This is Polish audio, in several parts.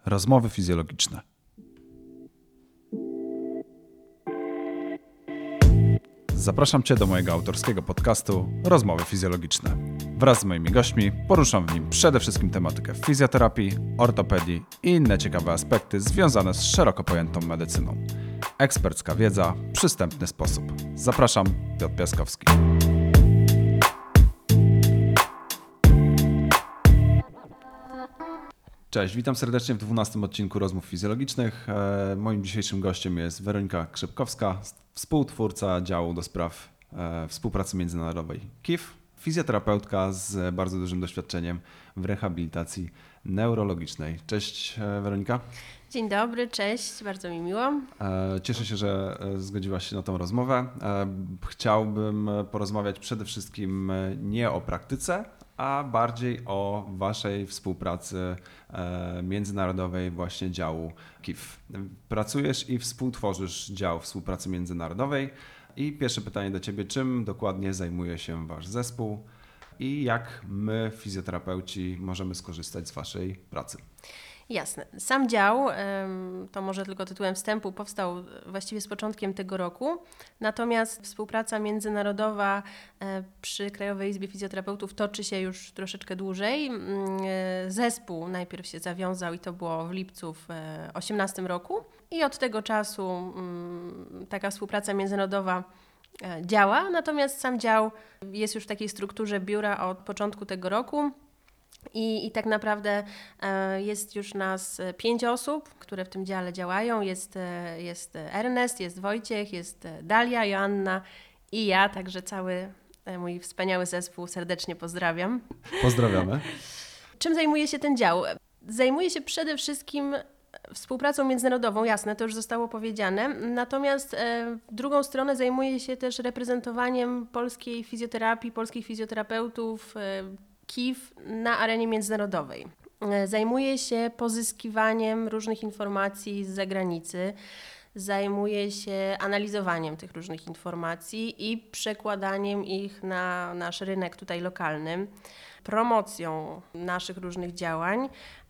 Rozmowy fizjologiczne. Zapraszam Cię do mojego autorskiego podcastu Rozmowy fizjologiczne. Wraz z moimi gośćmi poruszam w nim przede wszystkim tematykę fizjoterapii, ortopedii i inne ciekawe aspekty związane z szeroko pojętą medycyną. Ekspercka wiedza, przystępny sposób. Zapraszam, Piotr Piaskowski. Cześć, witam serdecznie w 12 odcinku Rozmów Fizjologicznych. Moim dzisiejszym gościem jest Weronika Krzepkowska, współtwórca działu do spraw współpracy międzynarodowej KIF, fizjoterapeutka z bardzo dużym doświadczeniem w rehabilitacji neurologicznej. Cześć Weronika. Dzień dobry, cześć, bardzo mi miło. Cieszę się, że zgodziłaś się na tę rozmowę. Chciałbym porozmawiać przede wszystkim nie o praktyce, a bardziej o Waszej współpracy międzynarodowej właśnie działu KIF. Pracujesz i współtworzysz dział współpracy międzynarodowej i pierwsze pytanie do Ciebie, czym dokładnie zajmuje się Wasz zespół i jak my, fizjoterapeuci, możemy skorzystać z Waszej pracy? Jasne. Sam dział, to może tylko tytułem wstępu, powstał właściwie z początkiem tego roku, natomiast współpraca międzynarodowa przy Krajowej Izbie Fizjoterapeutów toczy się już troszeczkę dłużej. Zespół najpierw się zawiązał i to było w lipcu w 2018 roku i od tego czasu taka współpraca międzynarodowa działa, natomiast sam dział jest już w takiej strukturze biura od początku tego roku. I tak naprawdę jest już nas 5 osób, które w tym dziale działają. Jest Ernest, jest Wojciech, jest Dalia, Joanna i ja, także cały mój wspaniały zespół serdecznie pozdrawiam. Pozdrawiamy. Czym zajmuje się ten dział? Zajmuje się przede wszystkim współpracą międzynarodową, jasne, to już zostało powiedziane, natomiast w drugą stronę zajmuje się też reprezentowaniem polskiej fizjoterapii, polskich fizjoterapeutów, KIF na arenie międzynarodowej. Zajmuje się pozyskiwaniem różnych informacji z zagranicy, zajmuje się analizowaniem tych różnych informacji i przekładaniem ich na nasz rynek tutaj lokalny, promocją naszych różnych działań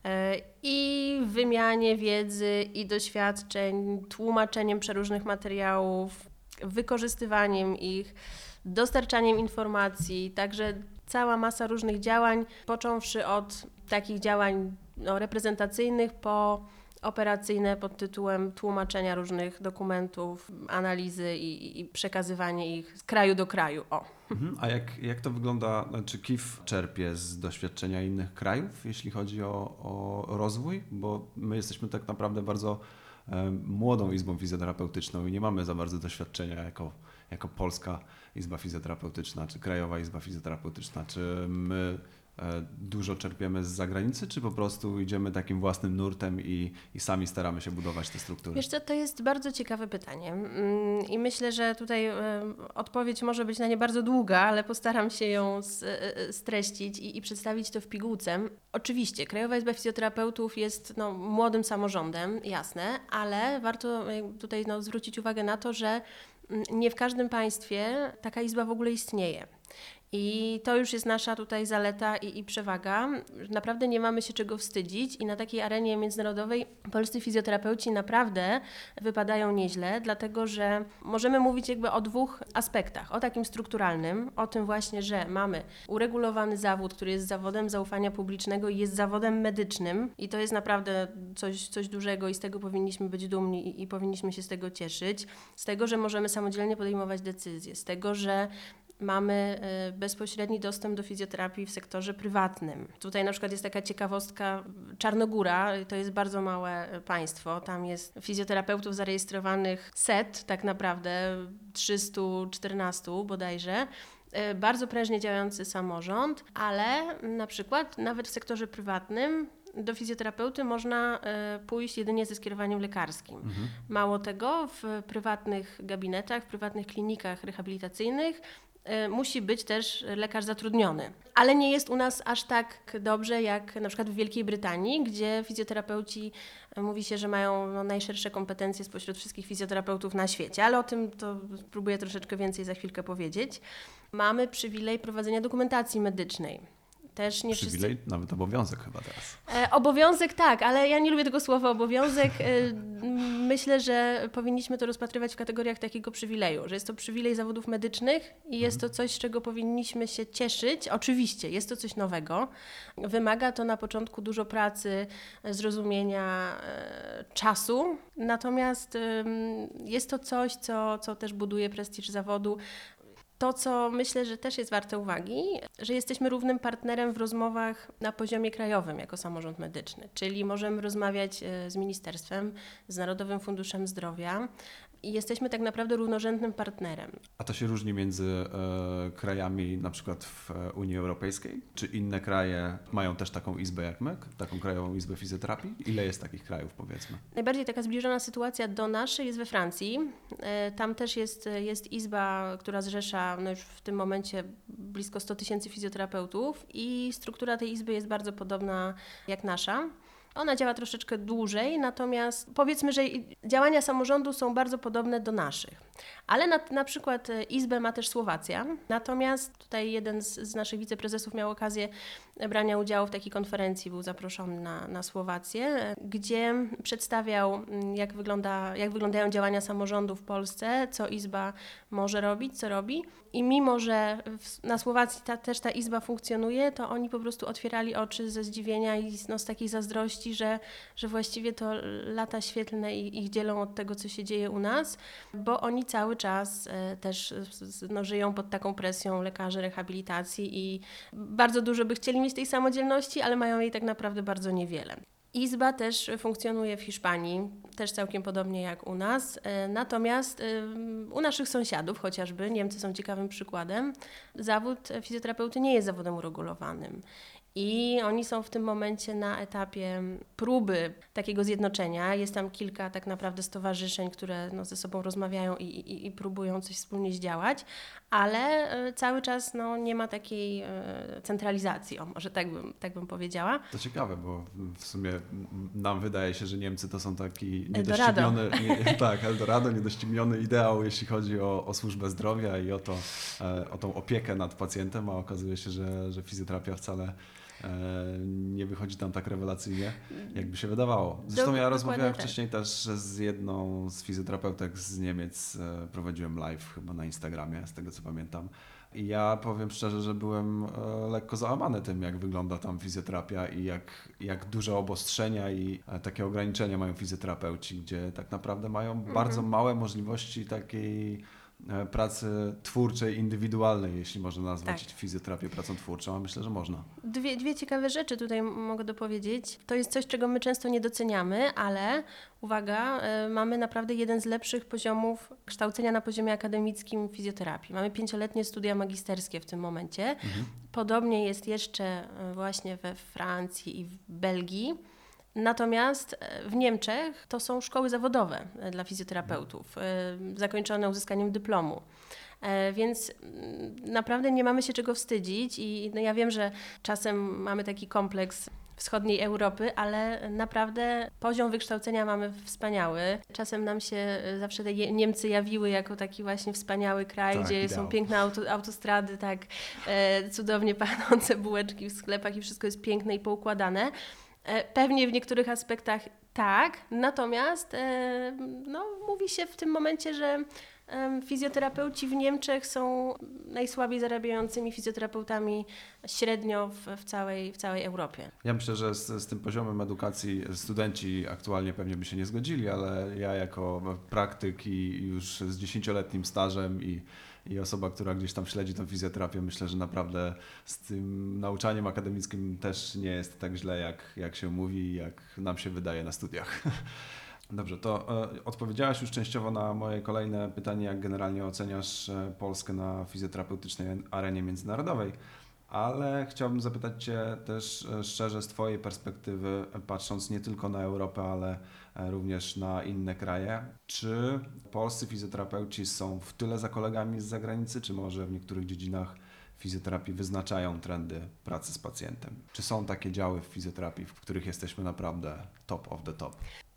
i wymianie wiedzy i doświadczeń, tłumaczeniem przeróżnych materiałów, wykorzystywaniem ich, dostarczaniem informacji, także cała masa różnych działań, począwszy od takich działań reprezentacyjnych po operacyjne pod tytułem tłumaczenia różnych dokumentów, analizy i przekazywanie ich z kraju do kraju. A jak to wygląda, czy KIF czerpie z doświadczenia innych krajów, jeśli chodzi o rozwój? Bo my jesteśmy tak naprawdę bardzo młodą izbą fizjoterapeutyczną i nie mamy za bardzo doświadczenia jako Polska Izba Fizjoterapeutyczna, czy Krajowa Izba Fizjoterapeutyczna. Czy my dużo czerpiemy z zagranicy, czy po prostu idziemy takim własnym nurtem i sami staramy się budować te struktury? Wiesz co, to jest bardzo ciekawe pytanie i myślę, że tutaj odpowiedź może być na nie bardzo długa, ale postaram się ją streścić i przedstawić to w pigułce. Oczywiście Krajowa Izba Fizjoterapeutów jest młodym samorządem, jasne, ale warto tutaj zwrócić uwagę na to, że nie w każdym państwie taka izba w ogóle istnieje. I to już jest nasza tutaj zaleta i przewaga. Naprawdę nie mamy się czego wstydzić i na takiej arenie międzynarodowej polscy fizjoterapeuci naprawdę wypadają nieźle, dlatego że możemy mówić o dwóch aspektach. O takim strukturalnym, o tym właśnie, że mamy uregulowany zawód, który jest zawodem zaufania publicznego i jest zawodem medycznym i to jest naprawdę coś dużego i z tego powinniśmy być dumni i powinniśmy się z tego cieszyć. Z tego, że możemy samodzielnie podejmować decyzje, z tego, że mamy bezpośredni dostęp do fizjoterapii w sektorze prywatnym. Tutaj na przykład jest taka ciekawostka, Czarnogóra to jest bardzo małe państwo, tam jest fizjoterapeutów zarejestrowanych tak naprawdę 314 bodajże. Bardzo prężnie działający samorząd, ale na przykład nawet w sektorze prywatnym do fizjoterapeuty można pójść jedynie ze skierowaniem lekarskim. Mało tego, w prywatnych gabinetach, w prywatnych klinikach rehabilitacyjnych musi być też lekarz zatrudniony. Ale nie jest u nas aż tak dobrze jak na przykład w Wielkiej Brytanii, gdzie fizjoterapeuci mówi się, że mają najszersze kompetencje spośród wszystkich fizjoterapeutów na świecie, ale o tym to spróbuję troszeczkę więcej za chwilkę powiedzieć. Mamy przywilej prowadzenia dokumentacji medycznej. Też nie wszyscy... Przywilej, nawet obowiązek chyba teraz. Obowiązek tak, ale ja nie lubię tego słowa obowiązek. Myślę, że powinniśmy to rozpatrywać w kategoriach takiego przywileju, że jest to przywilej zawodów medycznych i jest to coś, z czego powinniśmy się cieszyć. Oczywiście, jest to coś nowego. Wymaga to na początku dużo pracy, zrozumienia, czasu, natomiast jest to coś, co też buduje prestiż zawodu. To, co myślę, że też jest warte uwagi, że jesteśmy równym partnerem w rozmowach na poziomie krajowym jako samorząd medyczny, czyli możemy rozmawiać z ministerstwem, z Narodowym Funduszem Zdrowia i jesteśmy tak naprawdę równorzędnym partnerem. A to się różni między krajami na przykład w Unii Europejskiej? Czy inne kraje mają też taką izbę jak my, taką krajową izbę fizjoterapii? Ile jest takich krajów, powiedzmy? Najbardziej taka zbliżona sytuacja do naszej jest we Francji. Tam też jest izba, która zrzesza już w tym momencie blisko 100 000 fizjoterapeutów i struktura tej izby jest bardzo podobna jak nasza. Ona działa troszeczkę dłużej, natomiast powiedzmy, że działania samorządu są bardzo podobne do naszych. Ale na przykład izbę ma też Słowacja, natomiast tutaj jeden z naszych wiceprezesów miał okazję brania udziału w takiej konferencji, był zaproszony na Słowację, gdzie przedstawiał, jak wyglądają działania samorządu w Polsce, co izba może robić, co robi. I mimo, że na Słowacji też ta izba funkcjonuje, to oni po prostu otwierali oczy ze zdziwienia i z takiej zazdrości, że właściwie to lata świetlne ich dzielą od tego, co się dzieje u nas, bo oni cały czas też żyją pod taką presją lekarzy rehabilitacji i bardzo dużo by chcieli mieć tej samodzielności, ale mają jej tak naprawdę bardzo niewiele. Izba też funkcjonuje w Hiszpanii, też całkiem podobnie jak u nas, natomiast u naszych sąsiadów chociażby, Niemcy są ciekawym przykładem, zawód fizjoterapeuty nie jest zawodem uregulowanym. I oni są w tym momencie na etapie próby takiego zjednoczenia. Jest tam kilka tak naprawdę stowarzyszeń, które ze sobą rozmawiają i próbują coś wspólnie zdziałać, ale cały czas nie ma takiej centralizacji, może tak bym powiedziała. To ciekawe, bo w sumie nam wydaje się, że Niemcy to są taki Eldorado. Eldorado, niedościgniony ideał, jeśli chodzi o służbę zdrowia i o tą opiekę nad pacjentem, a okazuje się, że fizjoterapia wcale nie wychodzi tam tak rewelacyjnie, jakby się wydawało. Zresztą ja rozmawiałem wcześniej też z jedną z fizjoterapeutek z Niemiec, prowadziłem live chyba na Instagramie, z tego co pamiętam. I ja powiem szczerze, że byłem lekko załamany tym, jak wygląda tam fizjoterapia i jak duże obostrzenia i takie ograniczenia mają fizjoterapeuci, gdzie tak naprawdę mają bardzo małe możliwości takiej pracy twórczej, indywidualnej, jeśli można nazwać fizjoterapię pracą twórczą, a myślę, że można. Dwie ciekawe rzeczy tutaj mogę dopowiedzieć. To jest coś, czego my często nie doceniamy, ale uwaga, mamy naprawdę jeden z lepszych poziomów kształcenia na poziomie akademickim fizjoterapii. Mamy 5-letnie studia magisterskie w tym momencie. Podobnie jest jeszcze właśnie we Francji i w Belgii. Natomiast w Niemczech to są szkoły zawodowe dla fizjoterapeutów, zakończone uzyskaniem dyplomu. Więc naprawdę nie mamy się czego wstydzić i ja wiem, że czasem mamy taki kompleks wschodniej Europy, ale naprawdę poziom wykształcenia mamy wspaniały. Czasem nam się zawsze te Niemcy jawiły jako taki właśnie wspaniały kraj, gdzie ideał. są piękne autostrady, cudownie pachnące bułeczki w sklepach i wszystko jest piękne i poukładane. Pewnie w niektórych aspektach tak, natomiast mówi się w tym momencie, że fizjoterapeuci w Niemczech są najsłabiej zarabiającymi fizjoterapeutami średnio w całej Europie. Ja myślę, że z tym poziomem edukacji studenci aktualnie pewnie by się nie zgodzili, ale ja jako praktyk i już z 10-letnim stażem i osoba, która gdzieś tam śledzi tę fizjoterapię, myślę, że naprawdę z tym nauczaniem akademickim też nie jest tak źle, jak się mówi, jak nam się wydaje na studiach. Dobrze, to odpowiedziałaś już częściowo na moje kolejne pytanie, jak generalnie oceniasz Polskę na fizjoterapeutycznej arenie międzynarodowej, ale chciałbym zapytać Cię też szczerze z Twojej perspektywy, patrząc nie tylko na Europę, ale również na inne kraje, czy polscy fizjoterapeuci są w tyle za kolegami z zagranicy, czy może w niektórych dziedzinach fizjoterapii wyznaczają trendy pracy z pacjentem? Czy są takie działy w fizjoterapii, w których jesteśmy naprawdę top of the top?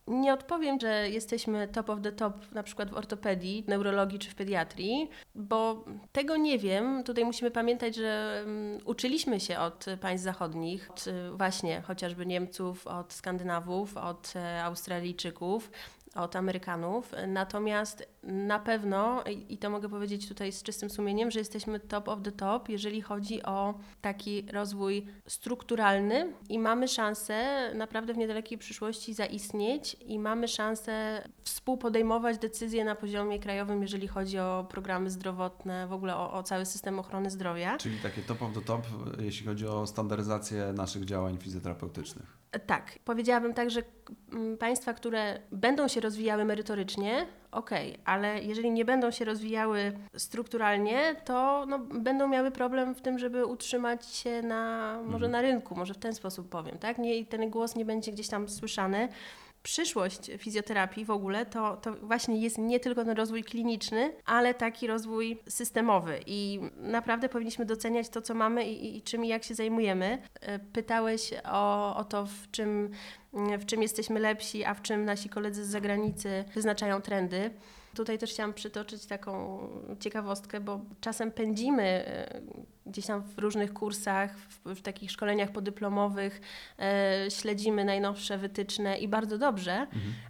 Nie odpowiem, że jesteśmy top of the top na przykład w ortopedii, neurologii czy w pediatrii, bo tego nie wiem. Tutaj musimy pamiętać, że uczyliśmy się od państw zachodnich, od właśnie chociażby Niemców, od Skandynawów, od Australijczyków, od Amerykanów. Natomiast na pewno, i to mogę powiedzieć tutaj z czystym sumieniem, że jesteśmy top of the top, jeżeli chodzi o taki rozwój strukturalny i mamy szansę naprawdę w niedalekiej przyszłości zaistnieć i mamy szansę współpodejmować decyzje na poziomie krajowym, jeżeli chodzi o programy zdrowotne, w ogóle o cały system ochrony zdrowia. Czyli takie top of the top, jeśli chodzi o standaryzację naszych działań fizjoterapeutycznych. Tak, powiedziałabym tak, że państwa, które będą się rozwijały merytorycznie, okej, ale jeżeli nie będą się rozwijały strukturalnie, to będą miały problem w tym, żeby utrzymać się może na rynku, może w ten sposób powiem, tak? Ten głos nie będzie gdzieś tam słyszany. Przyszłość fizjoterapii w ogóle to właśnie jest nie tylko ten rozwój kliniczny, ale taki rozwój systemowy i naprawdę powinniśmy doceniać to, co mamy i czym i jak się zajmujemy. Pytałeś o to, w czym jesteśmy lepsi, a w czym nasi koledzy z zagranicy wyznaczają trendy. Tutaj też chciałam przytoczyć taką ciekawostkę, bo czasem pędzimy gdzieś tam w różnych kursach, w takich szkoleniach podyplomowych, śledzimy najnowsze wytyczne i bardzo dobrze.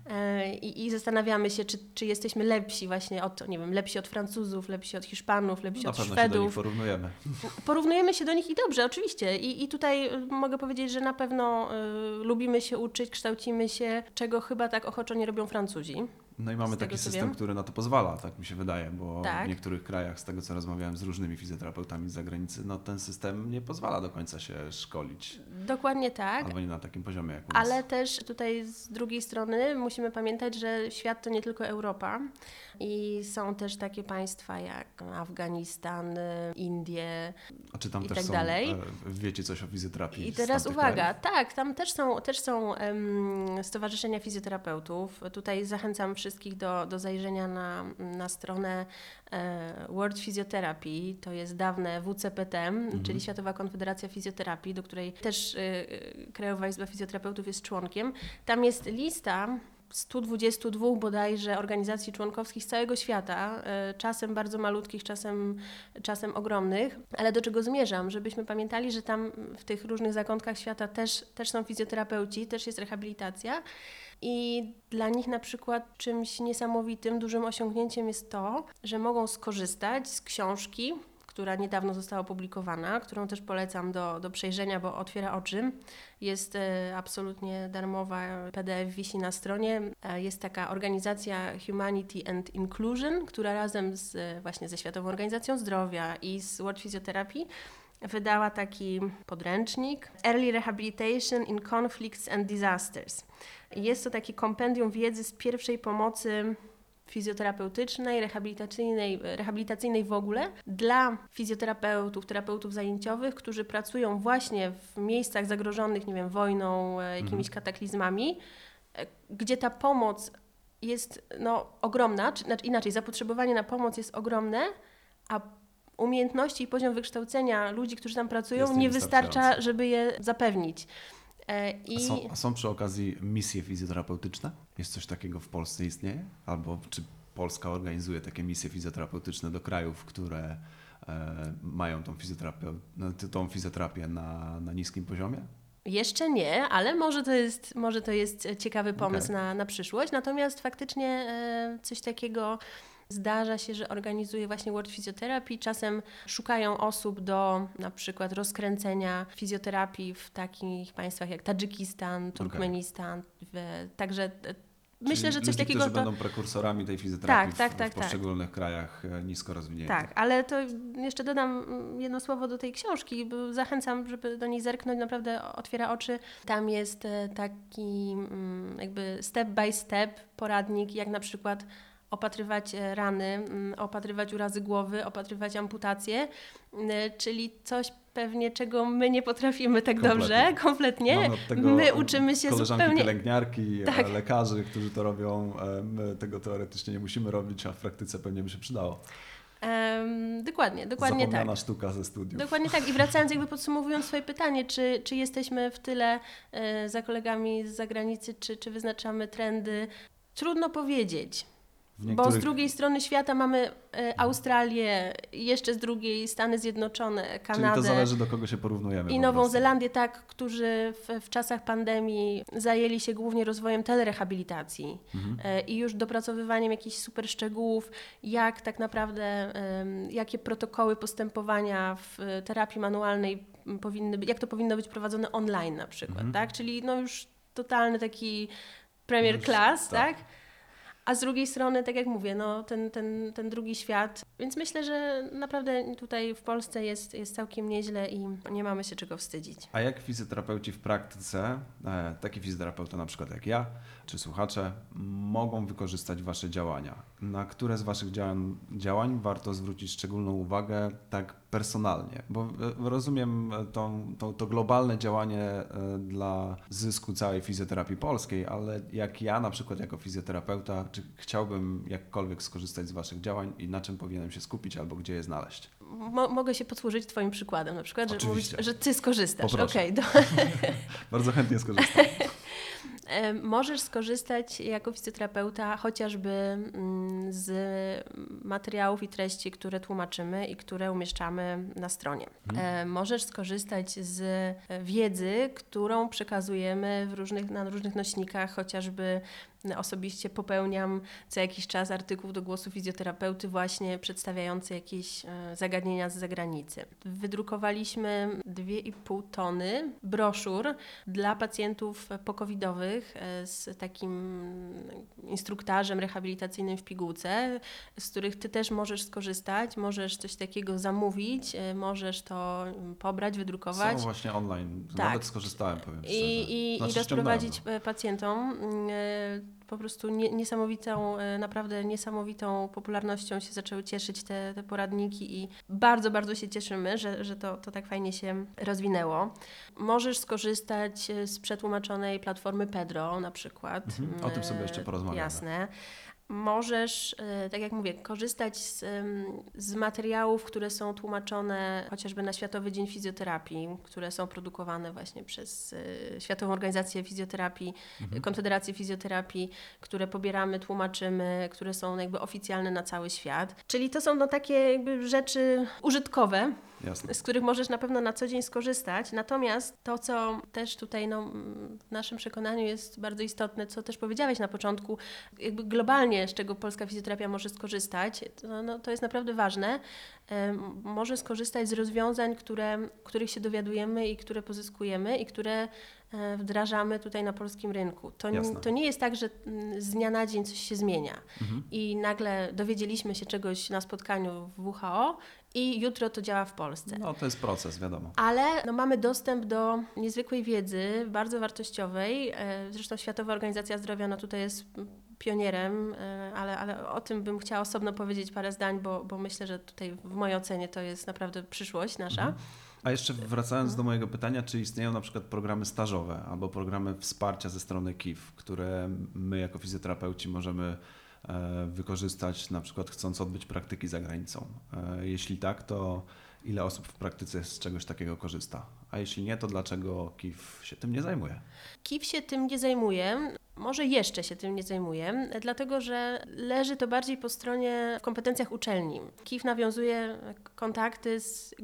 I zastanawiamy się, czy jesteśmy lepsi właśnie lepsi od Francuzów, lepsi od Hiszpanów, lepsi od Szwedów. Na pewno się do nich porównujemy. Porównujemy się do nich i dobrze, oczywiście. I tutaj mogę powiedzieć, że na pewno lubimy się uczyć, kształcimy się, czego chyba tak ochoczo nie robią Francuzi. No i mamy taki system, który na to pozwala, tak mi się wydaje, bo tak. W niektórych krajach, z tego co rozmawiałem z różnymi fizjoterapeutami z zagranicy, ten system nie pozwala do końca się szkolić. Dokładnie tak. Albo nie na takim poziomie jak u nas. Ale też tutaj z drugiej strony musimy pamiętać, że świat to nie tylko Europa i są też takie państwa jak Afganistan, Indie A czy tam i też tak są, dalej. wiecie coś o fizjoterapii? I teraz uwaga, krajów? tak, tam też są stowarzyszenia fizjoterapeutów. Tutaj zachęcam wszystkich do zajrzenia na stronę World Physiotherapy, to jest dawne WCPT, czyli Światowa Konfederacja Fizjoterapii, do której też Krajowa Izba Fizjoterapeutów jest członkiem. Tam jest lista 122 bodajże organizacji członkowskich z całego świata, czasem bardzo malutkich, czasem ogromnych, ale do czego zmierzam? Żebyśmy pamiętali, że tam w tych różnych zakątkach świata też są fizjoterapeuci, też jest rehabilitacja i dla nich na przykład czymś niesamowitym, dużym osiągnięciem jest to, że mogą skorzystać z książki, która niedawno została opublikowana, którą też polecam do przejrzenia, bo otwiera oczy. Jest absolutnie darmowa, PDF wisi na stronie. Jest taka organizacja Humanity and Inclusion, która razem właśnie ze Światową Organizacją Zdrowia i z World Physiotherapy wydała taki podręcznik Early Rehabilitation in Conflicts and Disasters. Jest to taki kompendium wiedzy z pierwszej pomocy fizjoterapeutycznej, rehabilitacyjnej w ogóle dla fizjoterapeutów, terapeutów zajęciowych, którzy pracują właśnie w miejscach zagrożonych, nie wiem, wojną, jakimiś kataklizmami, gdzie ta pomoc jest ogromna, inaczej, zapotrzebowanie na pomoc jest ogromne, a umiejętności i poziom wykształcenia ludzi, którzy tam pracują, nie wystarcza, żeby je zapewnić. A są przy okazji misje fizjoterapeutyczne? Jest coś takiego w Polsce istnieje? Albo czy Polska organizuje takie misje fizjoterapeutyczne do krajów, które mają tą fizjoterapię na niskim poziomie? Jeszcze nie, ale może to jest ciekawy pomysł na przyszłość. Natomiast faktycznie coś takiego zdarza się, że organizuje właśnie World Physiotherapy. Czasem szukają osób do na przykład rozkręcenia fizjoterapii w takich państwach jak Tadżykistan, Turkmenistan. Także myślę, że coś takiego którzy będą prekursorami tej fizjoterapii w poszczególnych krajach nisko rozwiniętych. Tak, ale to jeszcze dodam jedno słowo do tej książki, bo zachęcam, żeby do niej zerknąć, naprawdę otwiera oczy. Tam jest taki jakby step by step poradnik, jak na przykład opatrywać rany, opatrywać urazy głowy, opatrywać amputacje, czyli coś pewnie, czego my nie potrafimy tak dobrze, kompletnie. My uczymy się koleżanki zupełnie... pielęgniarki, lekarzy, którzy to robią, my tego teoretycznie nie musimy robić, a w praktyce pewnie by się przydało. Dokładnie tak. Zapomniana sztuka ze studiów. Dokładnie tak. I wracając, jakby podsumowując swoje pytanie, czy jesteśmy w tyle za kolegami z zagranicy, czy wyznaczamy trendy? Trudno powiedzieć. Bo z drugiej strony świata mamy Australię, jeszcze z drugiej Stany Zjednoczone, Kanadę. Czyli to zależy, do kogo się porównujemy. I Nową Zelandię, tak, którzy w czasach pandemii zajęli się głównie rozwojem telerehabilitacji i już dopracowywaniem jakichś super szczegółów, jak tak naprawdę, jakie protokoły postępowania w terapii manualnej jak to powinno być prowadzone online na przykład, tak? Czyli no już totalny taki premier class, tak? A z drugiej strony, tak jak mówię, no ten drugi świat. Więc myślę, że naprawdę tutaj w Polsce jest całkiem nieźle i nie mamy się czego wstydzić. A jak fizjoterapeuci w praktyce, taki fizjoterapeuta na przykład jak ja, czy słuchacze, mogą wykorzystać Wasze działania? Na które z Waszych działań warto zwrócić szczególną uwagę tak personalnie? Bo rozumiem to globalne działanie dla zysku całej fizjoterapii polskiej, ale jak ja na przykład jako fizjoterapeuta, czy chciałbym jakkolwiek skorzystać z Waszych działań i na czym powinienem się skupić albo gdzie je znaleźć? Mogę się posłużyć Twoim przykładem na przykład, że mówić, że Ty skorzystasz. Poproszę. Bardzo chętnie skorzystam. Możesz skorzystać jako fizjoterapeuta chociażby z materiałów i treści, które tłumaczymy i które umieszczamy na stronie. Możesz skorzystać z wiedzy, którą przekazujemy na różnych nośnikach, chociażby osobiście popełniam co jakiś czas artykuł do Głosu Fizjoterapeuty właśnie przedstawiający jakieś zagadnienia z zagranicy. Wydrukowaliśmy 2,5 tony broszur dla pacjentów pokowidowych z takim instruktażem rehabilitacyjnym w pigułce, z których Ty też możesz skorzystać, możesz coś takiego zamówić, możesz to pobrać, wydrukować. Są właśnie online, tak. Nawet skorzystałem, powiem szczerze. I rozprowadzić pacjentom. Po prostu naprawdę niesamowitą popularnością się zaczęły cieszyć te poradniki i bardzo, bardzo się cieszymy, że to tak fajnie się rozwinęło. Możesz skorzystać z przetłumaczonej platformy Pedro na przykład. O tym sobie jeszcze porozmawiamy. Jasne. Możesz, tak jak mówię, korzystać z materiałów, które są tłumaczone chociażby na Światowy Dzień Fizjoterapii, które są produkowane właśnie przez Światową Organizację Fizjoterapii, Konfederację Fizjoterapii, które pobieramy, tłumaczymy, które są jakby oficjalne na cały świat. Czyli to są takie jakby rzeczy użytkowe, Jasne. z których możesz na pewno na co dzień skorzystać. Natomiast to, co też tutaj w naszym przekonaniu jest bardzo istotne, co też powiedziałeś na początku, jakby globalnie, z czego polska fizjoterapia może skorzystać, to jest naprawdę ważne. Może skorzystać z rozwiązań, których się dowiadujemy i które pozyskujemy i które wdrażamy tutaj na polskim rynku. To nie jest tak, że z dnia na dzień coś się zmienia i nagle dowiedzieliśmy się czegoś na spotkaniu w WHO i jutro to działa w Polsce. No to jest proces, wiadomo. Ale mamy dostęp do niezwykłej wiedzy, bardzo wartościowej. Zresztą Światowa Organizacja Zdrowia tutaj jest pionierem, ale o tym bym chciała osobno powiedzieć parę zdań, bo myślę, że tutaj w mojej ocenie to jest naprawdę przyszłość nasza. A jeszcze wracając do mojego pytania, czy istnieją na przykład programy stażowe albo programy wsparcia ze strony KIF, które my jako fizjoterapeuci możemy wykorzystać, na przykład chcąc odbyć praktyki za granicą? Jeśli tak, to ile osób w praktyce z czegoś takiego korzysta? A jeśli nie, to dlaczego KIF się tym nie zajmuje? KIF się tym nie zajmuje. Może jeszcze się tym nie zajmuje, dlatego że leży to bardziej po stronie w kompetencjach uczelni. KIF nawiązuje kontakty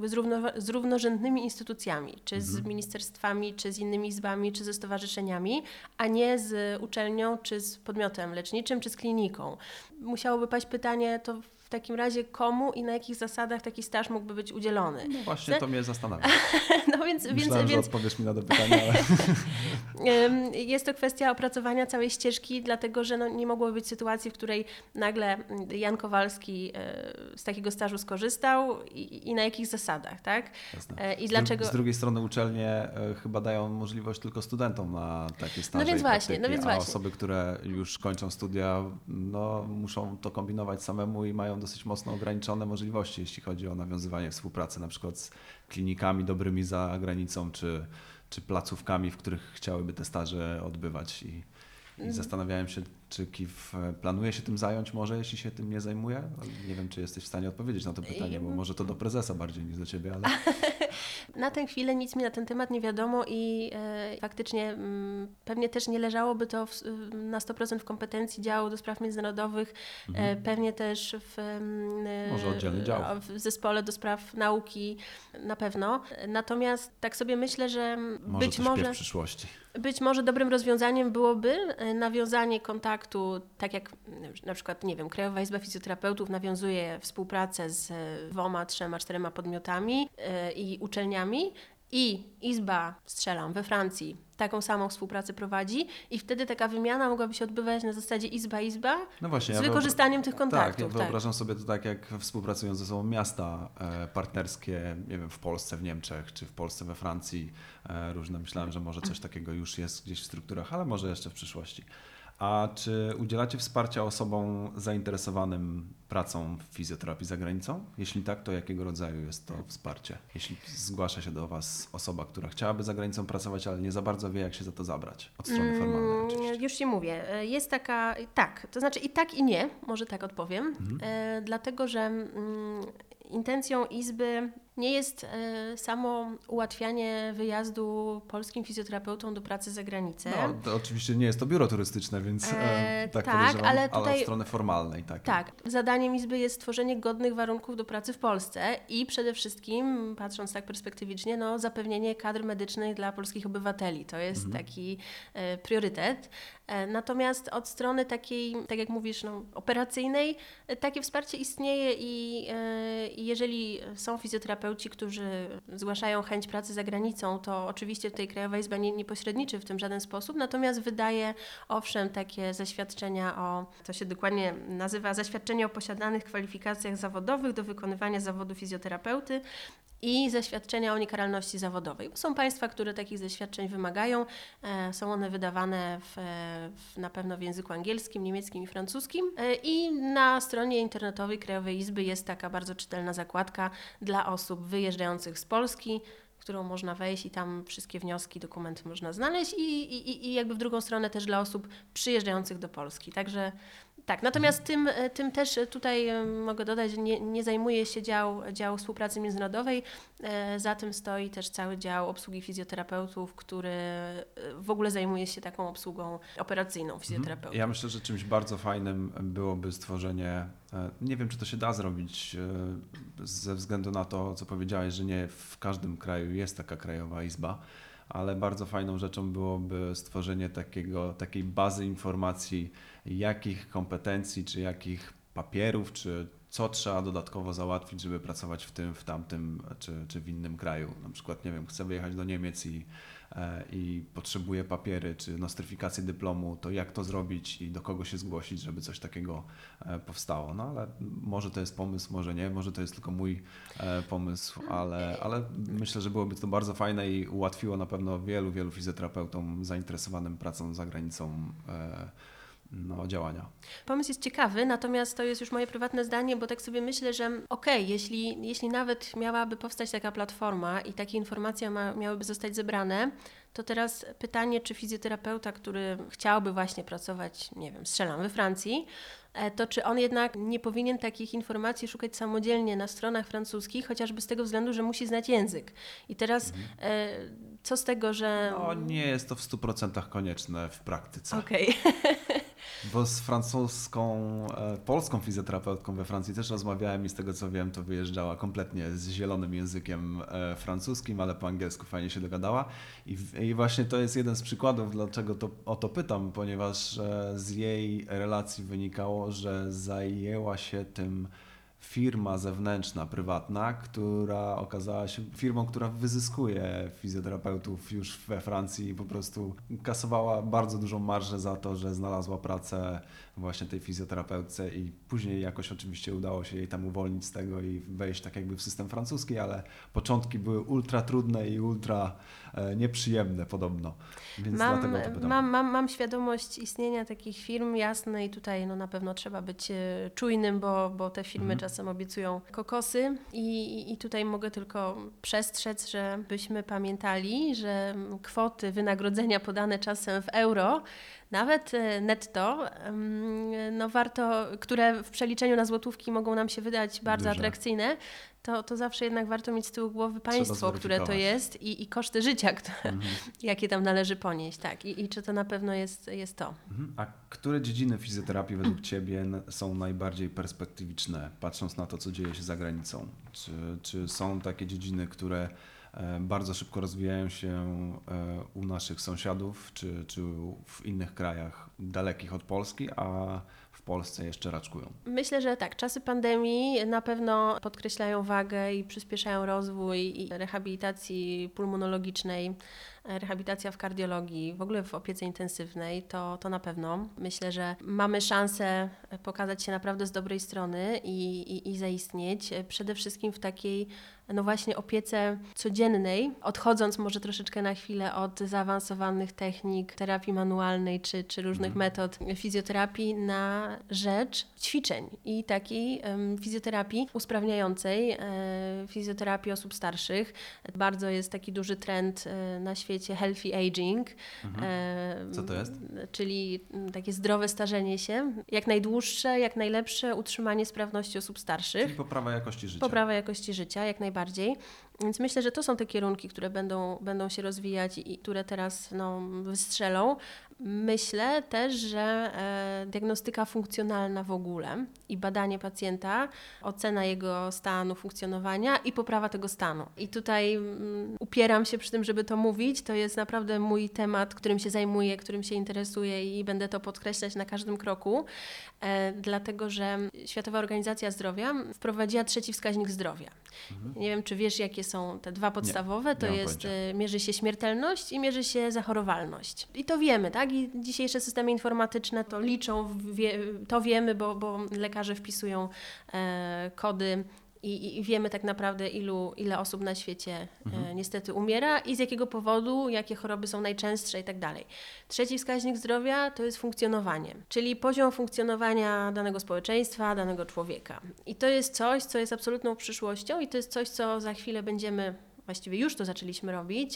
z równorzędnymi instytucjami, czy z ministerstwami, czy z innymi izbami, czy ze stowarzyszeniami, a nie z uczelnią, czy z podmiotem leczniczym, czy z kliniką. Musiałoby paść pytanie, to w takim razie komu i na jakich zasadach taki staż mógłby być udzielony? No właśnie, to mnie zastanawia. Myślałem, że odpowiesz mi na to pytanie, ale... Jest to kwestia opracowania całej ścieżki, dlatego że nie mogłoby być sytuacji, w której nagle Jan Kowalski z takiego stażu skorzystał i na jakich zasadach, tak? Jasne. I dlaczego... Z drugiej strony uczelnie chyba dają możliwość tylko studentom na takie staże właśnie. osoby, które już kończą studia, muszą to kombinować samemu i mają dosyć mocno ograniczone możliwości, jeśli chodzi o nawiązywanie współpracy na przykład z klinikami dobrymi za granicą, czy placówkami, w których chciałyby te staże odbywać I zastanawiałem się, czy KIF planuje się tym zająć może, jeśli się tym nie zajmuje? Nie wiem, czy jesteś w stanie odpowiedzieć na to pytanie, bo może to do prezesa bardziej niż do ciebie, ale... Na tę chwilę nic mi na ten temat nie wiadomo i faktycznie pewnie też nie leżałoby to na 100% w kompetencji działu do spraw międzynarodowych, pewnie też Może oddzielny dział. w zespole do spraw nauki na pewno. Natomiast tak sobie myślę, że Może coś w przyszłości. być może dobrym rozwiązaniem byłoby nawiązanie kontaktu, tak jak na przykład, nie wiem, Krajowa Izba Fizjoterapeutów nawiązuje współpracę z 2, 3, 4 podmiotami i uczelniami i Izba, strzelam, we Francji taką samą współpracę prowadzi i wtedy taka wymiana mogłaby się odbywać na zasadzie izba, No właśnie, z wykorzystaniem tych kontaktów. Tak, ja wyobrażam sobie to tak, jak współpracują ze sobą miasta partnerskie, nie wiem, w Polsce, w Niemczech, czy w Polsce, we Francji, różne. Myślałem, że może coś takiego już jest gdzieś w strukturach, ale może jeszcze w przyszłości. A czy udzielacie wsparcia osobom zainteresowanym pracą w fizjoterapii za granicą? Jeśli tak, to jakiego rodzaju jest to wsparcie? Jeśli zgłasza się do Was osoba, która chciałaby za granicą pracować, ale nie za bardzo wie, jak się za to zabrać. Od strony formalnej oczywiście. Już Ci mówię. Jest taka, tak, to znaczy i tak i nie, może tak odpowiem, dlatego że intencją Izby nie jest samo ułatwianie wyjazdu polskim fizjoterapeutom do pracy za granicę. No, to oczywiście nie jest to biuro turystyczne, więc tak podejrzewam, ale od strony formalnej. Tak. Tak, zadaniem Izby jest stworzenie godnych warunków do pracy w Polsce i przede wszystkim, patrząc tak perspektywicznie, no, zapewnienie kadr medycznych dla polskich obywateli. To jest taki priorytet. Natomiast od strony takiej, tak jak mówisz, no, operacyjnej, takie wsparcie istnieje i jeżeli są fizjoterapeuci, którzy zgłaszają chęć pracy za granicą, to oczywiście tutaj Krajowa Izba nie pośredniczy w tym żaden sposób, natomiast wydaje owszem takie zaświadczenia to się dokładnie nazywa zaświadczenie o posiadanych kwalifikacjach zawodowych do wykonywania zawodu fizjoterapeuty i zaświadczenia o niekaralności zawodowej. Są państwa, które takich zaświadczeń wymagają. Są one wydawane na pewno w języku angielskim, niemieckim i francuskim. I na stronie internetowej Krajowej Izby jest taka bardzo czytelna zakładka dla osób wyjeżdżających z Polski, którą można wejść i tam wszystkie wnioski, dokumenty można znaleźć i jakby w drugą stronę też dla osób przyjeżdżających do Polski. Także tak, natomiast tym też tutaj mogę dodać, że nie zajmuje się dział współpracy międzynarodowej, za tym stoi też cały dział obsługi fizjoterapeutów, który w ogóle zajmuje się taką obsługą operacyjną fizjoterapeutów. Ja myślę, że czymś bardzo fajnym byłoby stworzenie, nie wiem czy to się da zrobić ze względu na to, co powiedziałeś, że nie w każdym kraju jest taka Krajowa Izba, ale bardzo fajną rzeczą byłoby stworzenie takiej bazy informacji, jakich kompetencji, czy jakich papierów, czy co trzeba dodatkowo załatwić, żeby pracować w tym, w tamtym, czy w innym kraju. Na przykład, nie wiem, chcę wyjechać do Niemiec i potrzebuję papiery, czy nostryfikację dyplomu, to jak to zrobić i do kogo się zgłosić, żeby coś takiego powstało. No ale może to jest pomysł, może nie, może to jest tylko mój pomysł, ale myślę, że byłoby to bardzo fajne i ułatwiło na pewno wielu fizjoterapeutom zainteresowanym pracą za granicą działania. Pomysł jest ciekawy, natomiast to jest już moje prywatne zdanie, bo tak sobie myślę, że jeśli nawet miałaby powstać taka platforma i takie informacje miałyby zostać zebrane, to teraz pytanie, czy fizjoterapeuta, który chciałby właśnie pracować, nie wiem, strzelam, we Francji, to czy on jednak nie powinien takich informacji szukać samodzielnie na stronach francuskich, chociażby z tego względu, że musi znać język. I teraz co z tego, że... No nie jest to w 100% konieczne w praktyce. Okej. Bo z polską fizjoterapeutką we Francji też rozmawiałem i z tego co wiem, to wyjeżdżała kompletnie z zielonym językiem francuskim, ale po angielsku fajnie się dogadała. I właśnie to jest jeden z przykładów, dlaczego o to pytam, ponieważ z jej relacji wynikało, że zajęła się tym firma zewnętrzna, prywatna, która okazała się firmą, która wyzyskuje fizjoterapeutów już we Francji i po prostu kasowała bardzo dużą marżę za to, że znalazła pracę właśnie tej fizjoterapeutce i później jakoś oczywiście udało się jej tam uwolnić z tego i wejść tak jakby w system francuski, ale początki były ultra trudne i ultra nieprzyjemne podobno, więc dlatego to pytam. Mam świadomość istnienia takich firm, jasne, i tutaj na pewno trzeba być czujnym, bo te firmy czasem obiecują kokosy i tutaj mogę tylko przestrzec, żebyśmy pamiętali, że kwoty wynagrodzenia podane czasem w euro Nawet netto, no warto, które w przeliczeniu na złotówki mogą nam się wydać bardzo Duże. atrakcyjne, to zawsze jednak warto mieć z tyłu głowy państwo, które to zweryfikować. jest i koszty życia, jakie tam należy ponieść. Tak. I czy to na pewno jest to. A które dziedziny fizjoterapii według Ciebie są najbardziej perspektywiczne, patrząc na to, co dzieje się za granicą? Czy są takie dziedziny, które bardzo szybko rozwijają się u naszych sąsiadów, czy w innych krajach dalekich od Polski, a w Polsce jeszcze raczkują? Myślę, że tak, czasy pandemii na pewno podkreślają wagę i przyspieszają rozwój i rehabilitacji pulmonologicznej, rehabilitacja w kardiologii, w ogóle w opiece intensywnej, to na pewno. Myślę, że mamy szansę pokazać się naprawdę z dobrej strony i zaistnieć. Przede wszystkim w takiej, no właśnie, opiece codziennej, odchodząc może troszeczkę na chwilę od zaawansowanych technik terapii manualnej czy różnych metod fizjoterapii na rzecz ćwiczeń i takiej fizjoterapii usprawniającej, fizjoterapii osób starszych. Bardzo jest taki duży trend na świecie healthy aging. Co to jest? Czyli takie zdrowe starzenie się, jak najdłuższe, jak najlepsze utrzymanie sprawności osób starszych. Czyli poprawa jakości życia. Poprawa jakości życia, jak najbardziej. Więc myślę, że to są te kierunki, które będą się rozwijać i które teraz wystrzelą. Myślę też, że diagnostyka funkcjonalna w ogóle i badanie pacjenta, ocena jego stanu funkcjonowania i poprawa tego stanu. I tutaj upieram się przy tym, żeby to mówić. To jest naprawdę mój temat, którym się zajmuję, którym się interesuję i będę to podkreślać na każdym kroku, dlatego że Światowa Organizacja Zdrowia wprowadziła 3. wskaźnik zdrowia. Nie wiem, czy wiesz, jakie są te 2 podstawowe. To nie mam jest, pojęcia. mierzy się śmiertelność i mierzy się zachorowalność. I to wiemy, tak? I dzisiejsze systemy informatyczne to liczą, to wiemy, bo lekarze wpisują kody i wiemy tak naprawdę, ile osób na świecie niestety umiera i z jakiego powodu, jakie choroby są najczęstsze i tak dalej. 3. wskaźnik zdrowia to jest funkcjonowanie, czyli poziom funkcjonowania danego społeczeństwa, danego człowieka. I to jest coś, co jest absolutną przyszłością i to jest coś, co za chwilę będziemy, właściwie już to zaczęliśmy robić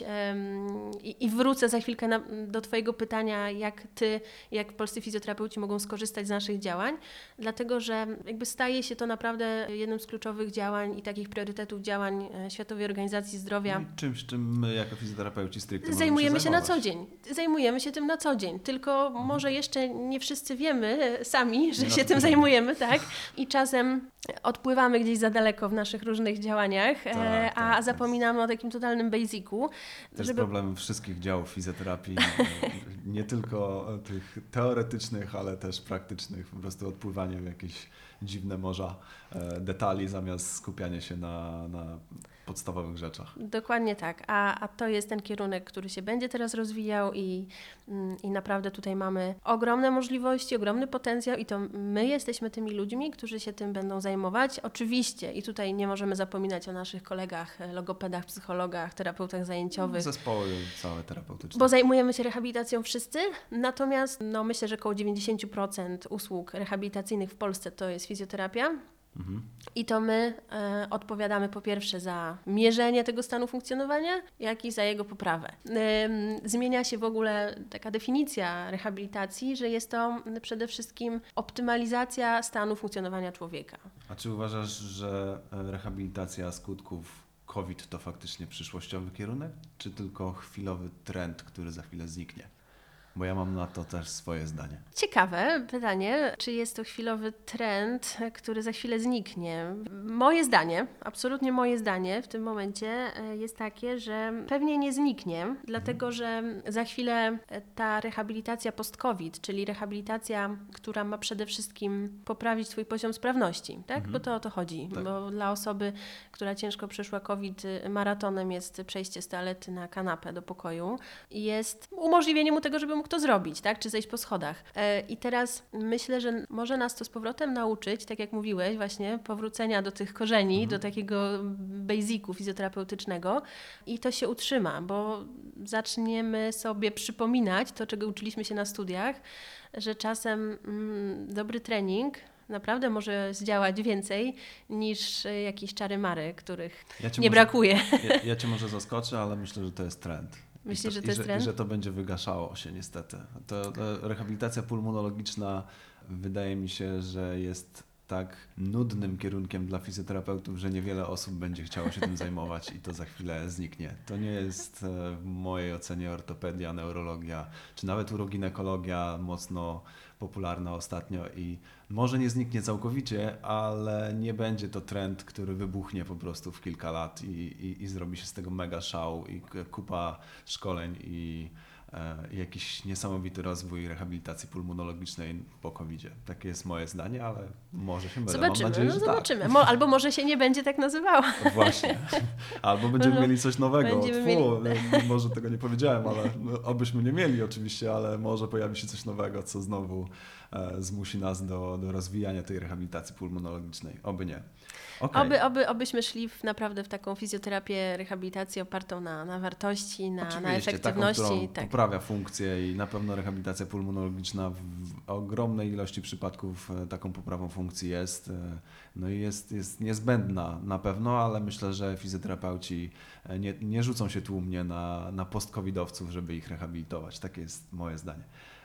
i wrócę za chwilkę do Twojego pytania, jak Ty, jak polscy fizjoterapeuci mogą skorzystać z naszych działań, dlatego że jakby staje się to naprawdę jednym z kluczowych działań i takich priorytetów działań Światowej Organizacji Zdrowia. No i czym my jako fizjoterapeuci stricte możemy Zajmujemy się na zajmować? co dzień. Zajmujemy się tym na co dzień, tylko może jeszcze nie wszyscy wiemy sami, że się tym zajmujemy, tak? I czasem odpływamy gdzieś za daleko w naszych różnych działaniach, a zapominamy o takim totalnym basicu. To jest problem wszystkich działów fizjoterapii, nie tylko tych teoretycznych, ale też praktycznych, po prostu odpływanie w jakieś dziwne morza detali zamiast skupiania się na podstawowych rzeczach. Dokładnie tak, a to jest ten kierunek, który się będzie teraz rozwijał i naprawdę tutaj mamy ogromne możliwości, ogromny potencjał i to my jesteśmy tymi ludźmi, którzy się tym będą zajmować. Oczywiście i tutaj nie możemy zapominać o naszych kolegach, logopedach, psychologach, terapeutach zajęciowych. Zespoły całe terapeutyczne. Bo zajmujemy się rehabilitacją wszyscy, natomiast myślę, że około 90% usług rehabilitacyjnych w Polsce to jest fizjoterapia. I to my odpowiadamy po pierwsze za mierzenie tego stanu funkcjonowania, jak i za jego poprawę. Zmienia się w ogóle taka definicja rehabilitacji, że jest to przede wszystkim optymalizacja stanu funkcjonowania człowieka. A czy uważasz, że rehabilitacja skutków COVID to faktycznie przyszłościowy kierunek, czy tylko chwilowy trend, który za chwilę zniknie? Bo ja mam na to też swoje zdanie. Ciekawe pytanie, czy jest to chwilowy trend, który za chwilę zniknie. Moje zdanie, absolutnie moje zdanie w tym momencie jest takie, że pewnie nie zniknie, dlatego że za chwilę ta rehabilitacja post-COVID, czyli rehabilitacja, która ma przede wszystkim poprawić Twój poziom sprawności, tak? Bo to o to chodzi. Tak. Bo dla osoby, która ciężko przeszła COVID, maratonem jest przejście z toalety na kanapę do pokoju i jest umożliwienie mu tego, żeby mógł to zrobić, tak? Czy zejść po schodach. I teraz myślę, że może nas to z powrotem nauczyć, tak jak mówiłeś, właśnie powrócenia do tych korzeni, do takiego basicu fizjoterapeutycznego i to się utrzyma, bo zaczniemy sobie przypominać to, czego uczyliśmy się na studiach, że czasem dobry trening naprawdę może zdziałać więcej niż jakieś czary-mary, których nie brakuje. Ja Cię może zaskoczę, ale myślę, że to jest trend. Myślisz, że to jest I trend? że to będzie wygaszało się niestety. To rehabilitacja pulmonologiczna wydaje mi się, że jest tak nudnym kierunkiem dla fizjoterapeutów, że niewiele osób będzie chciało się tym zajmować i to za chwilę zniknie. To nie jest w mojej ocenie ortopedia, neurologia, czy nawet uroginekologia mocno popularna ostatnio i może nie zniknie całkowicie, ale nie będzie to trend, który wybuchnie po prostu w kilka lat i zrobi się z tego mega szał i kupa szkoleń i jakiś niesamowity rozwój rehabilitacji pulmonologicznej po COVID-zie. Takie jest moje zdanie, ale może się mylę. Zobaczymy, Mam nadzieję, że zobaczymy. tak. Albo może się nie będzie tak nazywała. Właśnie. Albo będziemy No, mieli coś nowego. będziemy Może tego nie powiedziałem, ale obyśmy nie mieli oczywiście, ale może pojawi się coś nowego, co znowu zmusi nas do rozwijania tej rehabilitacji pulmonologicznej. Oby nie. Okay. Obyśmy szli naprawdę w taką fizjoterapię, rehabilitację opartą na wartości, na efektywności. Taką, która poprawia funkcję i na pewno rehabilitacja pulmonologiczna w ogromnej ilości przypadków taką poprawą funkcji jest. No i jest niezbędna na pewno, ale myślę, że fizjoterapeuci nie rzucą się tłumnie na post-covidowców, żeby ich rehabilitować. Takie jest moje zdanie.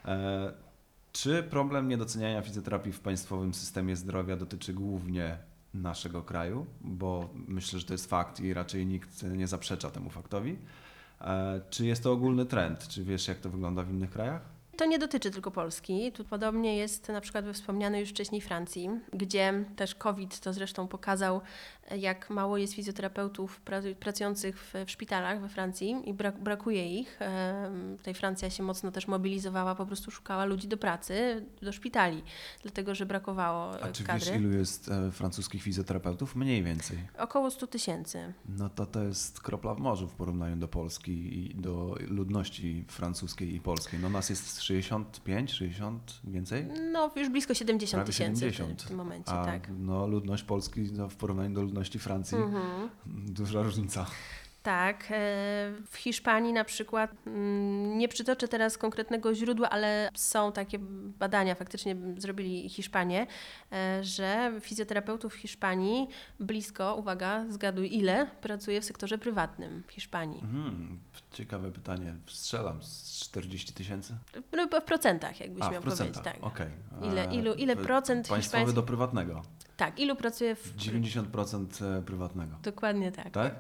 Czy problem niedoceniania fizjoterapii w państwowym systemie zdrowia dotyczy głównie naszego kraju? Bo myślę, że to jest fakt i raczej nikt nie zaprzecza temu faktowi. Czy jest to ogólny trend? Czy wiesz, jak to wygląda w innych krajach? To nie dotyczy tylko Polski. Tu podobnie jest na przykład we wspomnianej już wcześniej Francji, gdzie też COVID to zresztą pokazał, jak mało jest fizjoterapeutów pracujących w szpitalach we Francji i brakuje ich. Tutaj Francja się mocno też mobilizowała, po prostu szukała ludzi do pracy, do szpitali, dlatego że brakowało kadry. A czy wiesz, ilu jest francuskich fizjoterapeutów? Mniej więcej. Około 100 000. No to jest kropla w morzu w porównaniu do Polski i do ludności francuskiej i polskiej. No nas jest 65, 60, więcej? No już blisko 70 Prawie 000 70. w tym momencie, A tak. no, ludność Polski w porównaniu do ludności Francji duża różnica. Tak, w Hiszpanii na przykład, nie przytoczę teraz konkretnego źródła, ale są takie badania, faktycznie zrobili Hiszpanie, że fizjoterapeutów w Hiszpanii blisko, uwaga, zgaduj ile, pracuje w sektorze prywatnym w Hiszpanii. Ciekawe pytanie, strzelam, z 40 000? No, w procentach, jakbyś miał w procentach. powiedzieć. Tak. Okay. Ile procent państwowy do prywatnego? Tak, ilu pracuje w... 90% prywatnego. Dokładnie tak. Tak?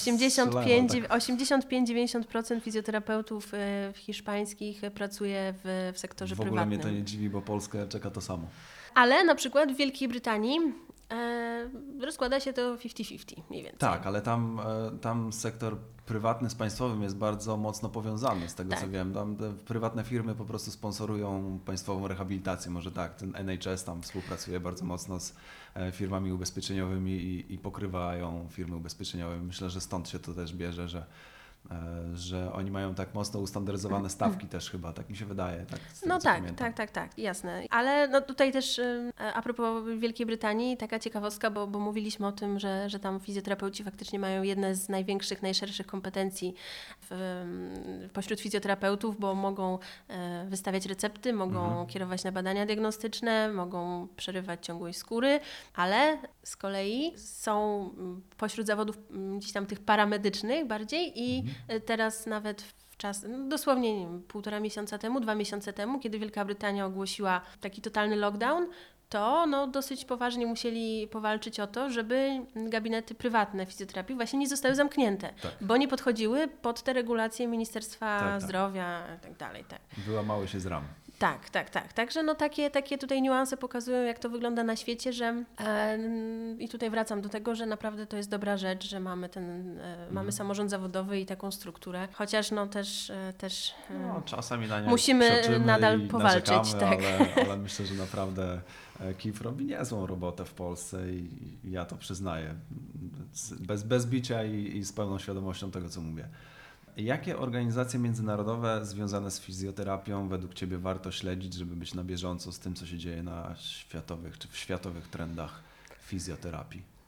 85-90% fizjoterapeutów hiszpańskich pracuje w sektorze prywatnym. W ogóle mnie to nie dziwi, bo Polskę czeka to samo. Ale na przykład w Wielkiej Brytanii rozkłada się to 50-50 mniej więcej. Tak, ale tam sektor prywatny z państwowym jest bardzo mocno powiązany, z tego co wiem. Tam te prywatne firmy po prostu sponsorują państwową rehabilitację. Może tak, ten NHS tam współpracuje bardzo mocno z firmami ubezpieczeniowymi i pokrywają firmy ubezpieczeniowe. Myślę, że stąd się to też bierze, że oni mają tak mocno ustandaryzowane stawki też chyba, tak mi się wydaje. Tak, no tak, jasne. Ale no tutaj też a propos Wielkiej Brytanii, taka ciekawostka, bo mówiliśmy o tym, że tam fizjoterapeuci faktycznie mają jedne z największych, najszerszych kompetencji pośród fizjoterapeutów, bo mogą wystawiać recepty, mogą kierować na badania diagnostyczne, mogą przerywać ciągłość skóry, ale z kolei są pośród zawodów gdzieś tam tych paramedycznych bardziej i teraz nawet dosłownie nie wiem, 1,5 miesiąca temu, 2 miesiące temu, kiedy Wielka Brytania ogłosiła taki totalny lockdown, to dosyć poważnie musieli powalczyć o to, żeby gabinety prywatne fizjoterapii właśnie nie zostały zamknięte, bo nie podchodziły pod te regulacje Ministerstwa Zdrowia i tak dalej. Tak. Wyłamały się z ram. Tak. Także takie tutaj niuanse pokazują, jak to wygląda na świecie, że i tutaj wracam do tego, że naprawdę to jest dobra rzecz, że mamy mamy samorząd zawodowy i taką strukturę, chociaż też czasami na nie musimy nadal powalczyć. Ale myślę, że naprawdę KIF robi niezłą robotę w Polsce i ja to przyznaję. Bez bicia i z pełną świadomością tego, co mówię. Jakie organizacje międzynarodowe związane z fizjoterapią według Ciebie warto śledzić, żeby być na bieżąco z tym, co się dzieje na światowych czy w światowych trendach fizjoterapii?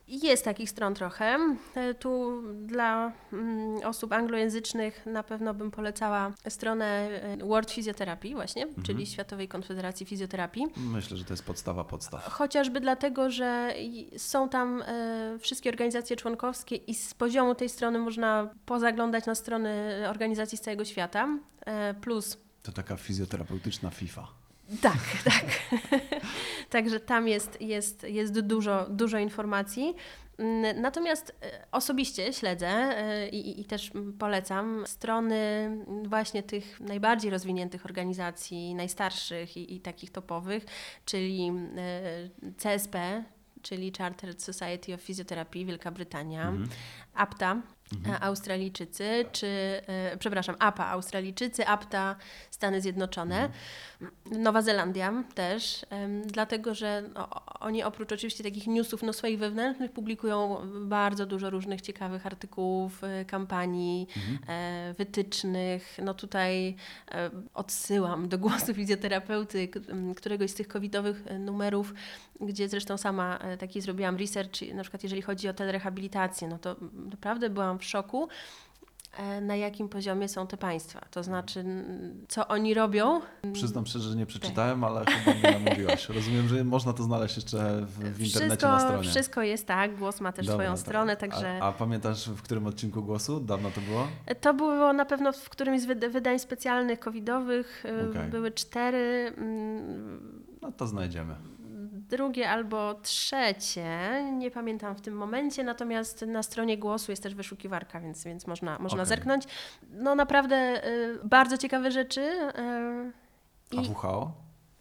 Jest takich stron trochę. Tu dla osób anglojęzycznych na pewno bym polecała stronę World Physiotherapy właśnie, czyli Światowej Konfederacji Fizjoterapii. Myślę, że to jest podstawa podstaw. Chociażby dlatego, że są tam wszystkie organizacje członkowskie i z poziomu tej strony można pozaglądać na strony organizacji z całego świata. Plus To taka fizjoterapeutyczna FIFA. tak, tak. Także tam jest dużo informacji. Natomiast osobiście śledzę i też polecam strony właśnie tych najbardziej rozwiniętych organizacji, najstarszych i takich topowych, czyli CSP, czyli Chartered Society of Physiotherapy, Wielka Brytania, APTA, Australijczycy, APA, Australijczycy, APTA, Stany Zjednoczone, Nowa Zelandia też, dlatego że oni oprócz oczywiście takich newsów swoich wewnętrznych publikują bardzo dużo różnych ciekawych artykułów, kampanii, wytycznych. No tutaj odsyłam do głosu fizjoterapeuty, któregoś z tych covidowych numerów, gdzie zresztą sama taki zrobiłam research, na przykład jeżeli chodzi o telerehabilitację, no to naprawdę byłam w szoku, na jakim poziomie są te państwa. To znaczy, co oni robią. Przyznam szczerze, że nie przeczytałem, ale chyba mnie namówiłaś. Rozumiem, że można to znaleźć jeszcze w internecie na stronie. Wszystko jest tak, Głos ma też swoją stronę, także... A pamiętasz, w którym odcinku Głosu? Dawno to było? To było na pewno w którymś z wydań specjalnych covidowych. Okay. Były 4. No to znajdziemy. Drugie albo trzecie, nie pamiętam w tym momencie, natomiast na stronie Głosu jest też wyszukiwarka, więc można zerknąć. No naprawdę bardzo ciekawe rzeczy. A WHO?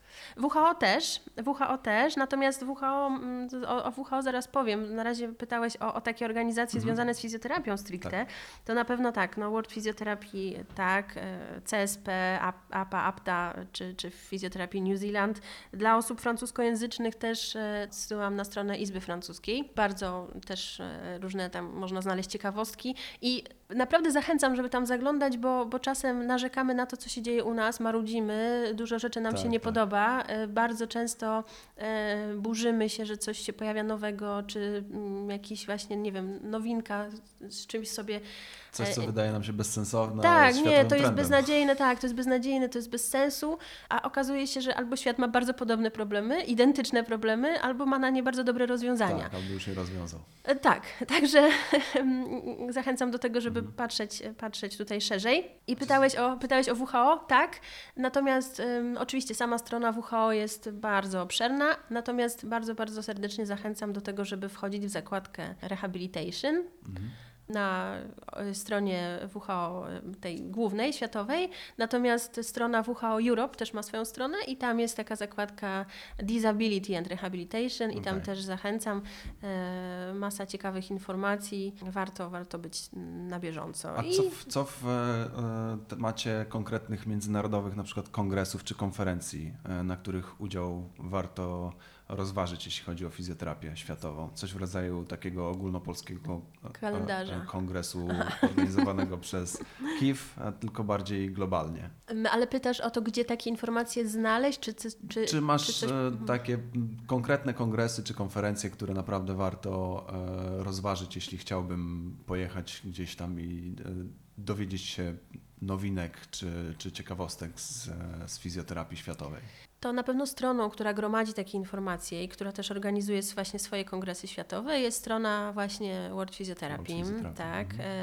WHO też, natomiast o WHO zaraz powiem. Na razie pytałeś o takie organizacje związane z fizjoterapią stricte. Tak. To na pewno tak, no World Physiotherapy, tak, CSP, APA, APTA czy Physiotherapy New Zealand. Dla osób francuskojęzycznych też zsyłam na stronę Izby Francuskiej. Bardzo też różne tam można znaleźć ciekawostki i naprawdę zachęcam, żeby tam zaglądać, bo czasem narzekamy na to, co się dzieje u nas, marudzimy, dużo rzeczy nam się nie podoba. Bardzo często burzymy się, że coś się pojawia nowego, czy jakiś właśnie, nie wiem, nowinka z czymś sobie... Coś, co wydaje nam się bezsensowne, tak, ale nie, to jest trendem. beznadziejne, to jest beznadziejne, to jest bez sensu, a okazuje się, że albo świat ma bardzo podobne problemy, identyczne problemy, albo ma na nie bardzo dobre rozwiązania. Tak, albo już je rozwiązał. Tak, także zachęcam do tego, żeby patrzeć tutaj szerzej. I pytałeś o WHO? Tak, natomiast oczywiście sama strona WHO jest bardzo obszerna, natomiast bardzo, bardzo serdecznie zachęcam do tego, żeby wchodzić w zakładkę Rehabilitation. Na stronie WHO tej głównej, światowej, natomiast strona WHO Europe też ma swoją stronę i tam jest taka zakładka Disability and Rehabilitation i tam też zachęcam. Masa ciekawych informacji, warto być na bieżąco. A co w temacie konkretnych międzynarodowych na przykład kongresów czy konferencji, na których udział warto rozważyć, jeśli chodzi o fizjoterapię światową? Coś w rodzaju takiego ogólnopolskiego kalendarza. kongresu organizowanego przez KIF, a tylko bardziej globalnie. Ale pytasz o to, gdzie takie informacje znaleźć? Czy masz takie konkretne kongresy czy konferencje, które naprawdę warto rozważyć, jeśli chciałbym pojechać gdzieś tam i dowiedzieć się nowinek czy ciekawostek z fizjoterapii światowej? To na pewno stroną, która gromadzi takie informacje i która też organizuje właśnie swoje kongresy światowe, jest strona właśnie World Physiotherapy, tak,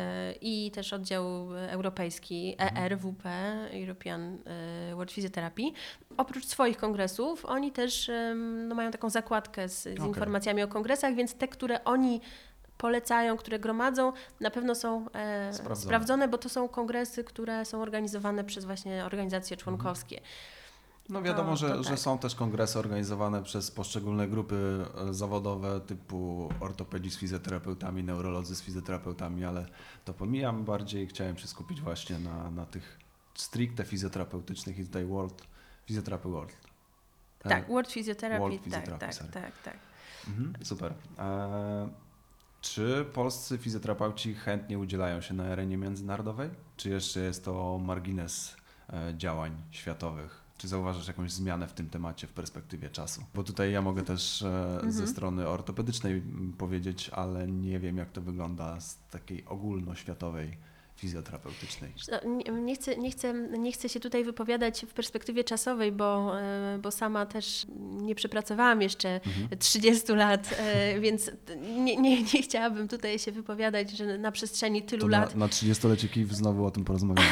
i też oddział europejski ERWP, European World Physiotherapy. Oprócz swoich kongresów, oni też mają taką zakładkę z informacjami o kongresach, więc te, które oni polecają, które gromadzą, na pewno są sprawdzone, bo to są kongresy, które są organizowane przez właśnie organizacje członkowskie. No wiadomo, że są też kongresy organizowane przez poszczególne grupy zawodowe typu ortopedzi z fizjoterapeutami, neurolodzy z fizjoterapeutami, ale to pomijam bardziej. Chciałem się skupić właśnie na tych stricte fizjoterapeutycznych i tutaj World Physiotherapy World. Tak, World Physiotherapy, World Physiotherapy, tak. Super. Czy polscy fizjoterapeuci chętnie udzielają się na arenie międzynarodowej? Czy jeszcze jest to margines działań światowych? Czy zauważasz jakąś zmianę w tym temacie w perspektywie czasu? Bo tutaj ja mogę też ze strony ortopedycznej powiedzieć, ale nie wiem, jak to wygląda z takiej ogólnoświatowej fizjoterapeutycznej. No, nie chcę się tutaj wypowiadać w perspektywie czasowej, bo sama też nie przepracowałam jeszcze 30 lat, więc nie chciałabym tutaj się wypowiadać, że na przestrzeni tylu To lat... Na 30-lecie KIF znowu o tym porozmawiamy.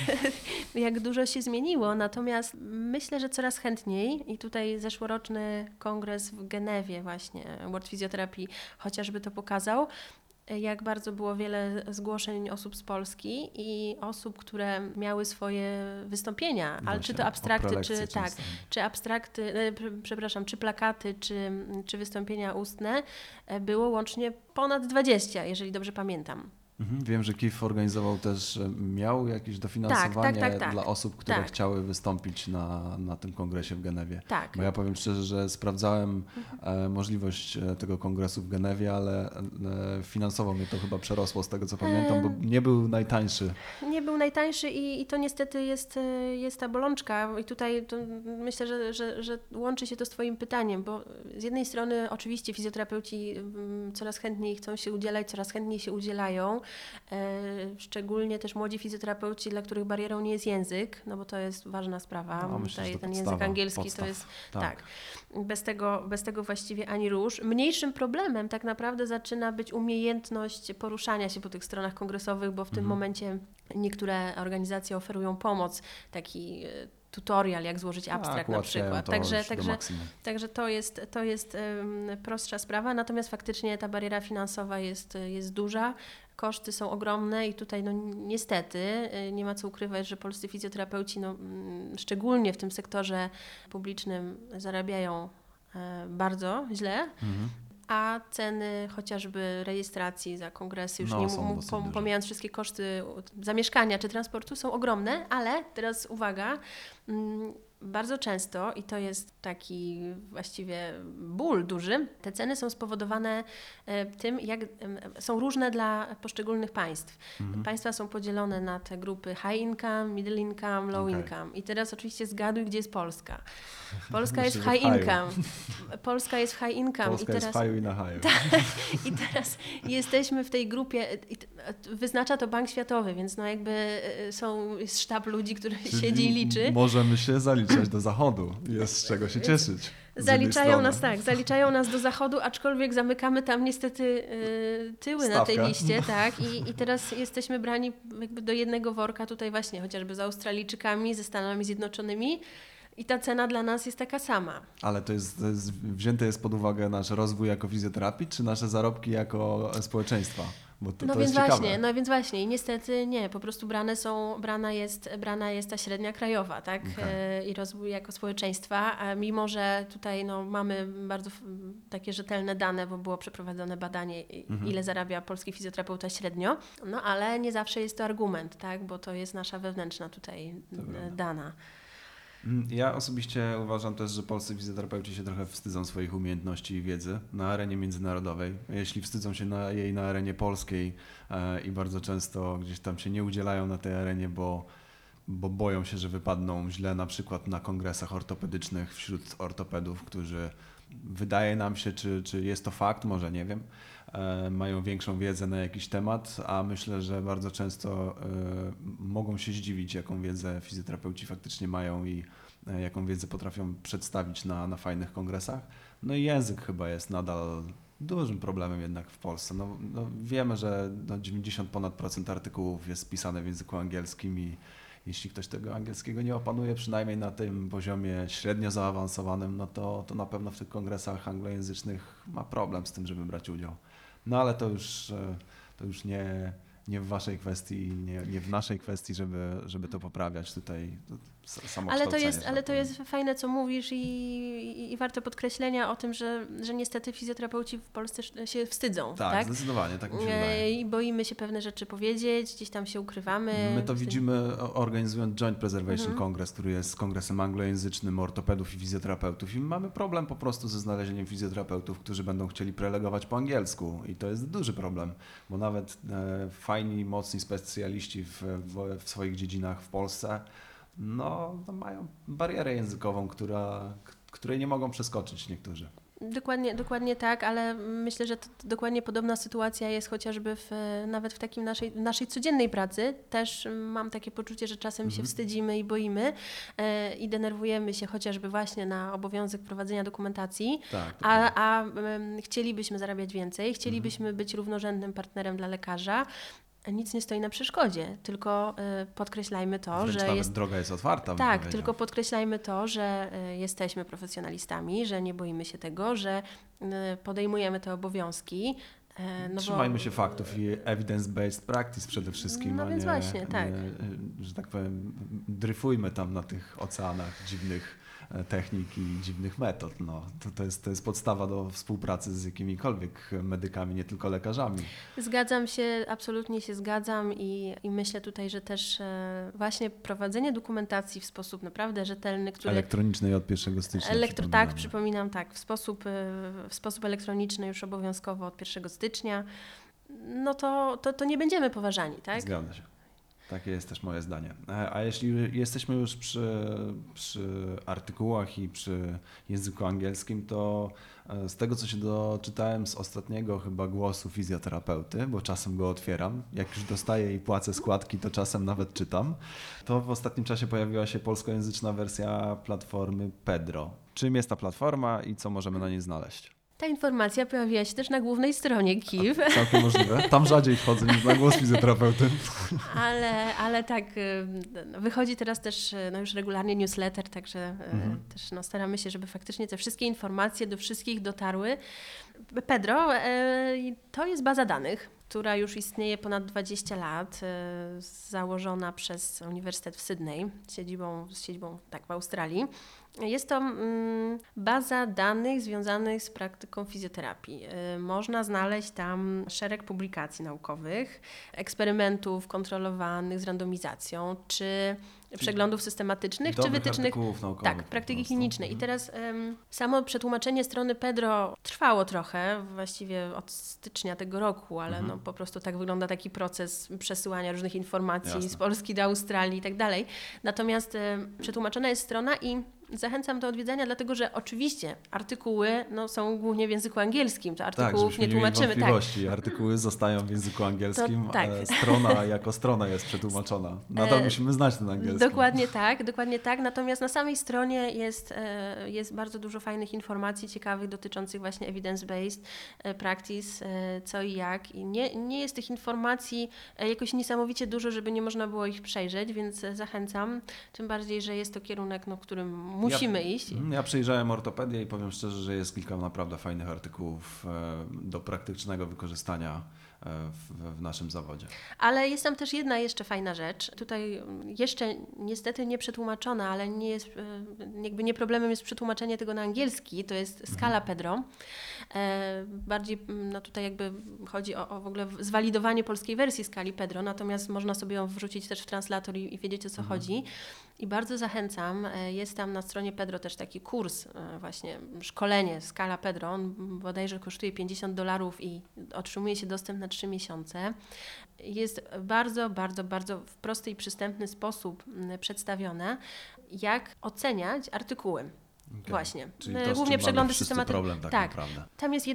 Jak dużo się zmieniło, natomiast myślę, że coraz chętniej i tutaj zeszłoroczny kongres w Genewie właśnie World Physiotherapy chociażby to pokazał, jak bardzo było wiele zgłoszeń osób z Polski i osób, które miały swoje wystąpienia, ale Właśnie, czy to abstrakty, czy tak, często. czy abstrakty, czy plakaty, czy wystąpienia ustne, było łącznie ponad 20, jeżeli dobrze pamiętam. Wiem, że KIF organizował też, miał jakieś dofinansowanie tak. dla osób, które Tak. chciały wystąpić na tym kongresie w Genewie. Tak. Bo ja powiem szczerze, że sprawdzałem możliwość tego kongresu w Genewie, ale finansowo mnie to chyba przerosło z tego, co pamiętam, bo nie był najtańszy. Nie był najtańszy i to niestety jest ta bolączka. I tutaj to myślę, że łączy się to z Twoim pytaniem, bo z jednej strony oczywiście fizjoterapeuci coraz chętniej chcą się udzielać, coraz chętniej się udzielają. Szczególnie też młodzi fizjoterapeuci, dla których barierą nie jest język, no bo to jest ważna sprawa. No, myślę, Tutaj że to ten podstawa, język angielski podstaw. to jest Tak. Bez tego właściwie ani rusz. Mniejszym problemem tak naprawdę zaczyna być umiejętność poruszania się po tych stronach kongresowych, bo w tym momencie niektóre organizacje oferują pomoc, taki tutorial, jak złożyć abstrakt na przykład. Także to jest prostsza sprawa, natomiast faktycznie ta bariera finansowa jest duża. Koszty są ogromne i tutaj no niestety nie ma co ukrywać, że polscy fizjoterapeuci szczególnie w tym sektorze publicznym zarabiają bardzo źle, a ceny chociażby rejestracji za kongresy, już pomijając wszystkie koszty zamieszkania czy transportu, są ogromne, ale teraz uwaga, bardzo często, i to jest taki właściwie ból duży, te ceny są spowodowane tym, jak są różne dla poszczególnych państw. Państwa są podzielone na te grupy high income, middle income, low income. I teraz oczywiście zgaduj, gdzie jest Polska. Polska jest high income. Polska jest high income. Polska jest w haju i na haju. I teraz jesteśmy w tej grupie, wyznacza to Bank Światowy, więc no jakby jest sztab ludzi, który siedzi i liczy. Możemy się zaliczać do Zachodu. Jest z czego się cieszyć. Zaliczają nas do Zachodu, aczkolwiek zamykamy tam niestety tyły Stawkę. na tej liście, tak? I teraz jesteśmy brani jakby do jednego worka tutaj właśnie, chociażby z Australijczykami, ze Stanami Zjednoczonymi. I ta cena dla nas jest taka sama. Ale wzięte jest pod uwagę nasz rozwój jako fizjoterapii, czy nasze zarobki jako społeczeństwa? Bo to jest ciekawe. No więc właśnie i niestety nie, po prostu brana jest ta średnia krajowa, tak? I rozwój jako społeczeństwa, a mimo że tutaj no, mamy bardzo takie rzetelne dane, bo było przeprowadzone badanie, ile zarabia polski fizjoterapeuta średnio, no ale nie zawsze jest to argument, tak? Bo to jest nasza wewnętrzna tutaj dana. Ja osobiście uważam też, że polscy fizjoterapeuci się trochę wstydzą swoich umiejętności i wiedzy na arenie międzynarodowej. Jeśli wstydzą się na arenie polskiej i bardzo często gdzieś tam się nie udzielają na tej arenie, bo boją się, że wypadną źle na przykład na kongresach ortopedycznych wśród ortopedów, którzy wydaje nam się, czy jest to fakt, może nie wiem, mają większą wiedzę na jakiś temat, a myślę, że bardzo często mogą się zdziwić, jaką wiedzę fizjoterapeuci faktycznie mają i jaką wiedzę potrafią przedstawić na fajnych kongresach. No i język chyba jest nadal dużym problemem jednak w Polsce. No wiemy, że 90% artykułów jest pisane w języku angielskim i jeśli ktoś tego angielskiego nie opanuje, przynajmniej na tym poziomie średnio zaawansowanym, no to na pewno w tych kongresach anglojęzycznych ma problem z tym, żeby brać udział. No ale to już nie w waszej kwestii, nie w naszej kwestii, żeby to poprawiać tutaj Ale to jest fajne, co mówisz i warte podkreślenia o tym, że niestety fizjoterapeuci w Polsce się wstydzą. Tak, zdecydowanie, tak mi się wydaje. I boimy się pewne rzeczy powiedzieć, gdzieś tam się ukrywamy. My to widzimy organizując Joint Preservation Congress, który jest kongresem anglojęzycznym ortopedów i fizjoterapeutów i mamy problem po prostu ze znalezieniem fizjoterapeutów, którzy będą chcieli prelegować po angielsku i to jest duży problem, bo nawet fajni, mocni specjaliści w swoich dziedzinach w Polsce no mają barierę językową, której nie mogą przeskoczyć niektórzy. Dokładnie tak, ale myślę, że to dokładnie podobna sytuacja jest chociażby nawet w takim naszej codziennej pracy. Też mam takie poczucie, że czasem się wstydzimy i boimy i denerwujemy się chociażby właśnie na obowiązek prowadzenia dokumentacji, Tak, a chcielibyśmy zarabiać więcej, chcielibyśmy być równorzędnym partnerem dla lekarza. Nic nie stoi na przeszkodzie, tylko podkreślajmy to, wręcz że nawet droga jest otwarta. bym tak, powiedział. tylko podkreślajmy to, że jesteśmy profesjonalistami, że nie boimy się tego, że podejmujemy te obowiązki. Trzymajmy się faktów i evidence-based practice przede wszystkim, No a więc nie, właśnie, tak. że tak powiem, dryfujmy tam na tych oceanach dziwnych technik i dziwnych metod. No, to jest podstawa do współpracy z jakimikolwiek medykami, nie tylko lekarzami. Zgadzam się, absolutnie się zgadzam i myślę tutaj, że też właśnie prowadzenie dokumentacji w sposób naprawdę rzetelny, który... Elektronicznej od 1 stycznia. Tak, przypominam, tak, w sposób elektroniczny już obowiązkowo od 1 stycznia, no to nie będziemy poważani, tak? Zgadza się. Takie jest też moje zdanie. A jeśli jesteśmy już przy artykułach i przy języku angielskim, to z tego, co się doczytałem z ostatniego chyba głosu fizjoterapeuty, bo czasem go otwieram, jak już dostaję i płacę składki, to czasem nawet czytam, to w ostatnim czasie pojawiła się polskojęzyczna wersja platformy Pedro. Czym jest ta platforma i co możemy na niej znaleźć? Ta informacja pojawiła się też na głównej stronie KIW. Całkiem możliwe. Tam rzadziej wchodzę niż na głos fizjoterapeuty. Ale tak, wychodzi teraz też już regularnie newsletter, także też staramy się, żeby faktycznie te wszystkie informacje do wszystkich dotarły. Pedro to jest baza danych, która już istnieje ponad 20 lat, założona przez Uniwersytet w Sydney, z siedzibą tak, w Australii. Jest to baza danych związanych z praktyką fizjoterapii. Można znaleźć tam szereg publikacji naukowych, eksperymentów kontrolowanych z randomizacją, czy przeglądów systematycznych, czy wytycznych. Tak, praktyki klinicznej. I teraz samo przetłumaczenie strony Pedro trwało trochę, właściwie od stycznia tego roku, ale no po prostu tak wygląda taki proces przesyłania różnych informacji z Polski do Australii i tak dalej. Natomiast przetłumaczona jest strona i zachęcam do odwiedzania, dlatego że oczywiście artykuły są głównie w języku angielskim, to artykułów nie tłumaczymy. Wątpliwości. Artykuły zostają w języku angielskim, tak. Strona jako strona jest przetłumaczona. Nadal musimy znać ten angielski. Dokładnie tak. Natomiast na samej stronie jest bardzo dużo fajnych informacji ciekawych dotyczących właśnie evidence-based practice, co i jak. I nie jest tych informacji jakoś niesamowicie dużo, żeby nie można było ich przejrzeć, więc zachęcam. Tym bardziej, że jest to kierunek, którym musimy iść. Ja przejrzałem ortopedię i powiem szczerze, że jest kilka naprawdę fajnych artykułów do praktycznego wykorzystania w naszym zawodzie. Ale jest tam też jedna jeszcze fajna rzecz. Tutaj jeszcze niestety nie przetłumaczona, ale nie jest, jakby nie problemem jest przetłumaczenie tego na angielski. To jest skala Pedro. Bardziej tutaj jakby chodzi o w ogóle zwalidowanie polskiej wersji skali Pedro, natomiast można sobie ją wrzucić też w translator i wiedzieć, o co chodzi. I bardzo zachęcam, jest tam na stronie Pedro też taki kurs, właśnie szkolenie Skala Pedro, on bodajże kosztuje $50 i otrzymuje się dostęp na 3 miesiące. Jest bardzo, bardzo, bardzo w prosty i przystępny sposób przedstawione, jak oceniać artykuły. Okay. Właśnie. Czyli to, głównie przeglądy systematyczne. Problem, tak naprawdę. Tam jest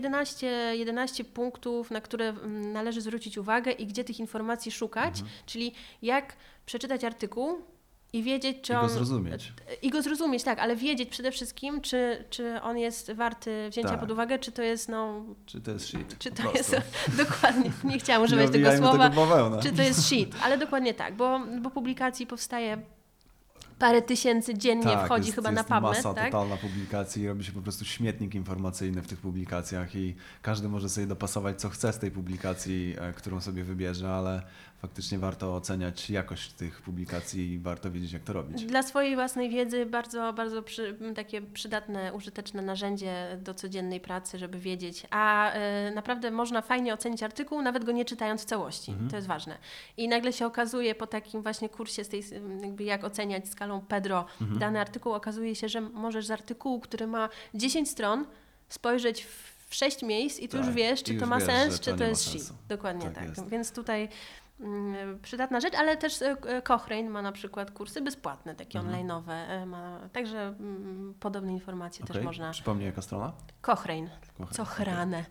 11 punktów, na które należy zwrócić uwagę i gdzie tych informacji szukać, czyli jak przeczytać artykuł, i wiedzieć, czy go zrozumieć. I go zrozumieć, tak, ale wiedzieć przede wszystkim, czy on jest warty wzięcia pod uwagę, czy to jest Czy to jest shit. Czy to jest dokładnie, nie chciałam używać tego słowa. Czy to jest shit, ale dokładnie tak, bo publikacji powstaje parę tysięcy dziennie, wchodzi chyba na PubMed. Masa tak? totalna publikacji, robi się po prostu śmietnik informacyjny w tych publikacjach i każdy może sobie dopasować co chce z tej publikacji, którą sobie wybierze, ale faktycznie warto oceniać jakość tych publikacji i warto wiedzieć, jak to robić. Dla swojej własnej wiedzy bardzo, bardzo takie przydatne, użyteczne narzędzie do codziennej pracy, żeby wiedzieć. A naprawdę można fajnie ocenić artykuł, nawet go nie czytając w całości. To jest ważne. I nagle się okazuje po takim właśnie kursie z tej, jakby jak oceniać skalą Pedro dany artykuł, okazuje się, że możesz z artykułu, który ma 10 stron, spojrzeć w 6 miejsc i tu już wiesz, czy to ma sens, czy to jest shit. Dokładnie tak. Więc tutaj przydatna rzecz, ale też Cochrane ma na przykład kursy bezpłatne, takie online'owe. Także podobne informacje też można. Przypomnij, jaka strona? Cochrane. Cochrane.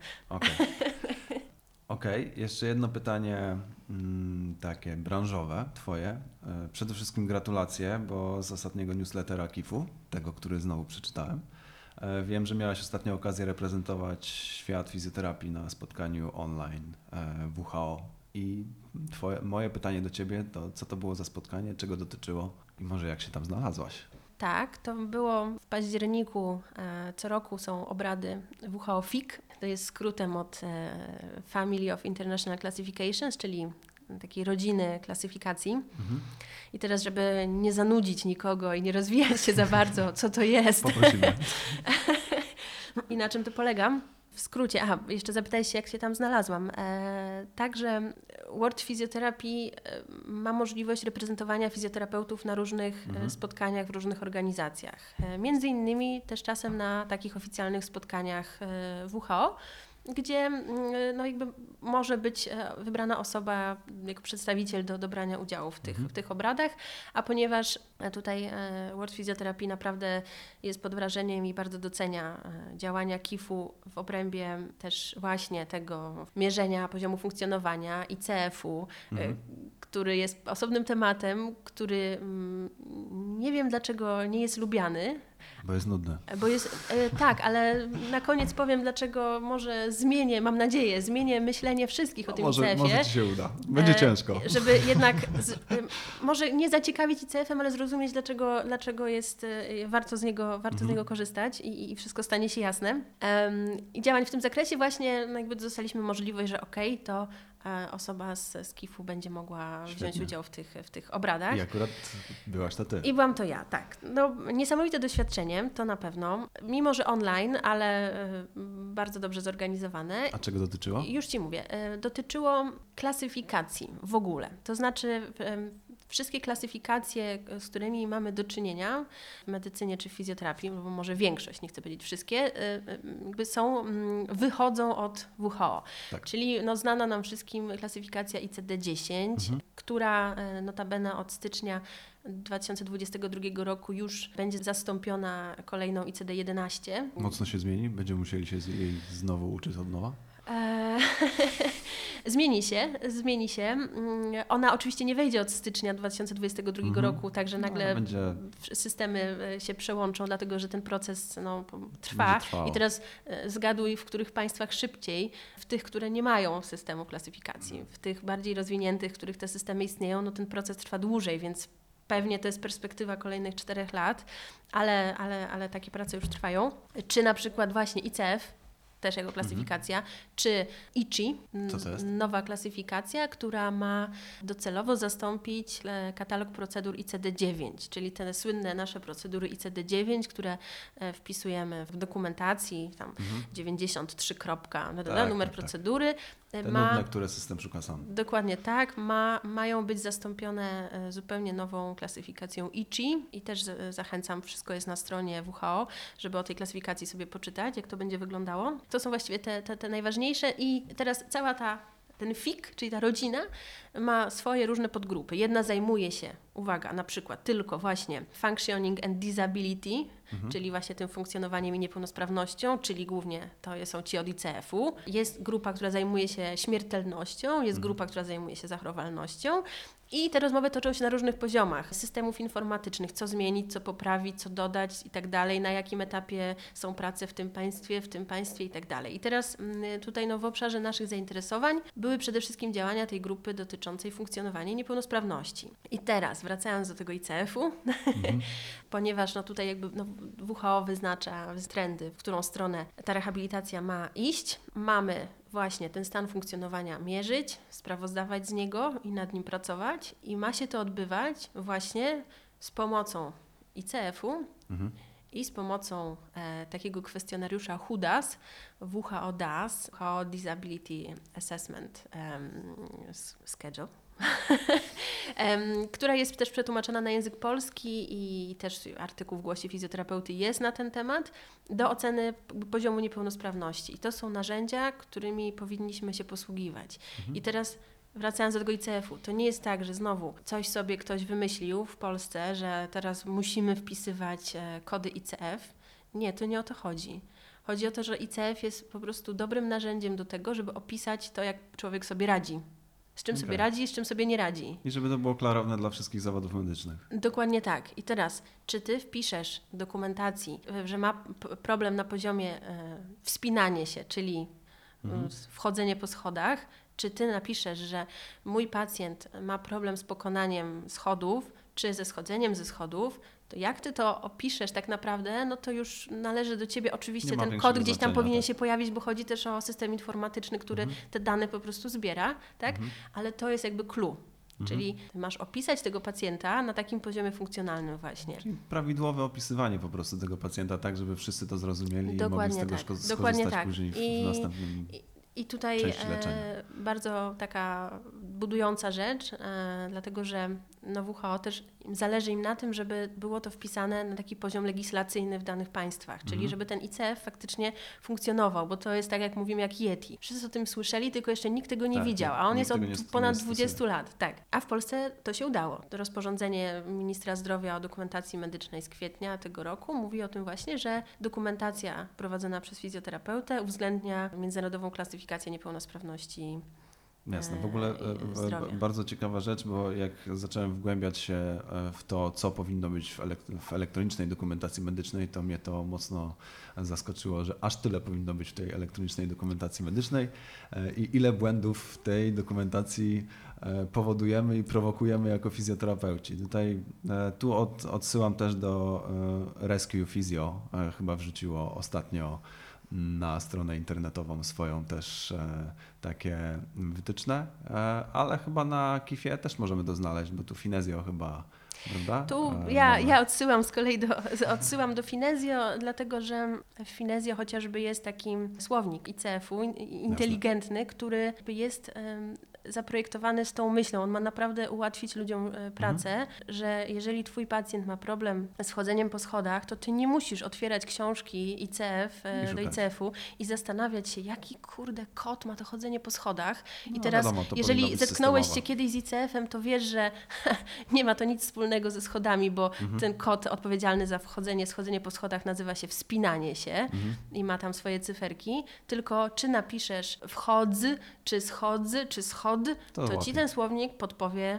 Okej, jeszcze jedno pytanie takie branżowe twoje. Przede wszystkim gratulacje, bo z ostatniego newslettera KIF-u, tego, który znowu przeczytałem, wiem, że miałaś ostatnio okazję reprezentować świat fizjoterapii na spotkaniu online WHO. I moje pytanie do ciebie to, co to było za spotkanie, czego dotyczyło i może jak się tam znalazłaś? Tak, to było w październiku. Co roku są obrady WHO FIC. To jest skrótem od Family of International Classifications, czyli takiej rodziny klasyfikacji. I teraz, żeby nie zanudzić nikogo i nie rozwijać się za bardzo, co to jest Poprosimy. i na czym to polega. W skrócie, jeszcze zapytałeś się, jak się tam znalazłam. Także World Physiotherapy ma możliwość reprezentowania fizjoterapeutów na różnych spotkaniach w różnych organizacjach. Między innymi też czasem na takich oficjalnych spotkaniach WHO, gdzie jakby może być wybrana osoba jako przedstawiciel do brania udziału w tych obradach, a ponieważ tutaj World Physiotherapy naprawdę jest pod wrażeniem i bardzo docenia działania KIF-u w obrębie też właśnie tego mierzenia poziomu funkcjonowania ICF-u, który jest osobnym tematem, który nie wiem dlaczego nie jest lubiany. Bo jest nudne. Bo jest, tak, ale na koniec powiem, dlaczego może zmienię myślenie wszystkich o tym ICF-ie. Może ci się uda. Będzie ciężko. Żeby jednak, może nie zaciekawić ICF-em, ale zrozumieć, dlaczego jest, warto z niego korzystać i wszystko stanie się jasne. I działań w tym zakresie właśnie jakby dostaliśmy możliwość, że to osoba z KIF-u będzie mogła wziąć udział w tych obradach. I akurat byłaś to ty. I byłam to ja, tak. Niesamowite doświadczenie, to na pewno. Mimo, że online, ale bardzo dobrze zorganizowane. A czego dotyczyło? Już Ci mówię. Dotyczyło klasyfikacji w ogóle. To znaczy wszystkie klasyfikacje, z którymi mamy do czynienia w medycynie czy w fizjoterapii, bo może większość, nie chcę powiedzieć wszystkie, jakby wychodzą od WHO. Tak. Czyli znana nam wszystkim klasyfikacja ICD-10, która notabene od stycznia 2022 roku już będzie zastąpiona kolejną ICD-11. Mocno się zmieni? Będziemy musieli się jej znowu uczyć od nowa? Zmieni się. Ona oczywiście nie wejdzie od stycznia 2022 roku, także nagle systemy się przełączą, dlatego że ten proces trwa. I teraz zgaduj, w których państwach szybciej, w tych, które nie mają systemu klasyfikacji, w tych bardziej rozwiniętych, w których te systemy istnieją, ten proces trwa dłużej, więc pewnie to jest perspektywa kolejnych 4 lat, ale takie prace już trwają. Czy na przykład właśnie ICF, też jego klasyfikacja, czy ICHI, nowa klasyfikacja, która ma docelowo zastąpić katalog procedur ICD-9, czyli te słynne nasze procedury ICD-9, które wpisujemy w dokumentacji, tam 93 numer procedury. Te nudne, które system szuka sam. Dokładnie tak. Mają być zastąpione zupełnie nową klasyfikacją ICHI i też zachęcam, wszystko jest na stronie WHO, żeby o tej klasyfikacji sobie poczytać, jak to będzie wyglądało. To są właściwie te najważniejsze i teraz ten FIC, czyli ta rodzina, ma swoje różne podgrupy. Jedna zajmuje się, uwaga, na przykład tylko właśnie functioning and disability, czyli właśnie tym funkcjonowaniem i niepełnosprawnością, czyli głównie to są ci od ICF-u. Jest grupa, która zajmuje się śmiertelnością, jest grupa, która zajmuje się zachorowalnością. I te rozmowy toczą się na różnych poziomach systemów informatycznych, co zmienić, co poprawić, co dodać i tak dalej, na jakim etapie są prace w tym państwie i tak dalej. I teraz tutaj w obszarze naszych zainteresowań były przede wszystkim działania tej grupy dotyczącej funkcjonowania i niepełnosprawności. I teraz wracając do tego ICF-u, ponieważ tutaj jakby WHO wyznacza trendy, w którą stronę ta rehabilitacja ma iść, mamy właśnie ten stan funkcjonowania mierzyć, sprawozdawać z niego i nad nim pracować i ma się to odbywać właśnie z pomocą ICF-u i z pomocą takiego kwestionariusza HUDAS, WHO DAS, WHO Disability Assessment Schedule, która jest też przetłumaczona na język polski i też artykuł w Głosie Fizjoterapeuty jest na ten temat, do oceny poziomu niepełnosprawności. I to są narzędzia, którymi powinniśmy się posługiwać. I teraz wracając do tego ICF-u, to nie jest tak, że znowu coś sobie ktoś wymyślił w Polsce, że teraz musimy wpisywać kody ICF. Nie, to nie o to chodzi. Chodzi o to, że ICF jest po prostu dobrym narzędziem do tego, żeby opisać to, jak człowiek sobie radzi. Z czym sobie radzi, z czym sobie nie radzi. I żeby to było klarowne dla wszystkich zawodów medycznych. Dokładnie tak. I teraz, czy ty wpiszesz w dokumentacji, że ma problem na poziomie wspinanie się, czyli wchodzenie po schodach, czy ty napiszesz, że mój pacjent ma problem z pokonaniem schodów, czy ze schodzeniem ze schodów, to jak ty to opiszesz tak naprawdę, no to już należy do ciebie. Oczywiście ten kod gdzieś tam powinien się pojawić, bo chodzi też o system informatyczny, który te dane po prostu zbiera, tak? Ale to jest jakby clue. Czyli masz opisać tego pacjenta na takim poziomie funkcjonalnym właśnie. Czyli prawidłowe opisywanie po prostu tego pacjenta, tak żeby wszyscy to zrozumieli i mogli z tego skorzystać później w następnym I tutaj bardzo taka budująca rzecz, dlatego że WHO też zależy im na tym, żeby było to wpisane na taki poziom legislacyjny w danych państwach, czyli żeby ten ICF faktycznie funkcjonował, bo to jest tak jak mówimy jak Yeti. Wszyscy o tym słyszeli, tylko jeszcze nikt tego nie widział, a on jest od ponad 20 lat. Tak. A w Polsce to się udało. To rozporządzenie ministra zdrowia o dokumentacji medycznej z kwietnia tego roku mówi o tym właśnie, że dokumentacja prowadzona przez fizjoterapeutę uwzględnia międzynarodową klasyfikację niepełnosprawności. Jasne, w ogóle bardzo ciekawa rzecz, bo jak zacząłem wgłębiać się w to, co powinno być w elektronicznej dokumentacji medycznej, to mnie to mocno zaskoczyło, że aż tyle powinno być w tej elektronicznej dokumentacji medycznej i ile błędów w tej dokumentacji powodujemy i prowokujemy jako fizjoterapeuci. Tu odsyłam też do Rescue Physio, chyba wrzuciło ostatnio na stronę internetową swoją też takie wytyczne, ale chyba na KIF-ie też możemy to znaleźć, bo tu Finezjo chyba, prawda? Tu ja odsyłam z kolei odsyłam do Finezjo, dlatego że w Finezjo chociażby jest taki słownik ICF-u inteligentny, który jest zaprojektowany z tą myślą. On ma naprawdę ułatwić ludziom pracę, że jeżeli twój pacjent ma problem z chodzeniem po schodach, to ty nie musisz otwierać książki ICF do ICF-u i zastanawiać się, jaki kurde kod ma to chodzenie po schodach. I teraz, wiadomo, jeżeli zetknąłeś się kiedyś z ICF-em, to wiesz, że nie ma to nic wspólnego ze schodami, bo ten kod odpowiedzialny za schodzenie po schodach nazywa się wspinanie się i ma tam swoje cyferki, tylko czy napiszesz wchodz, czy schodzy, czy schod, to ci ten słownik podpowie,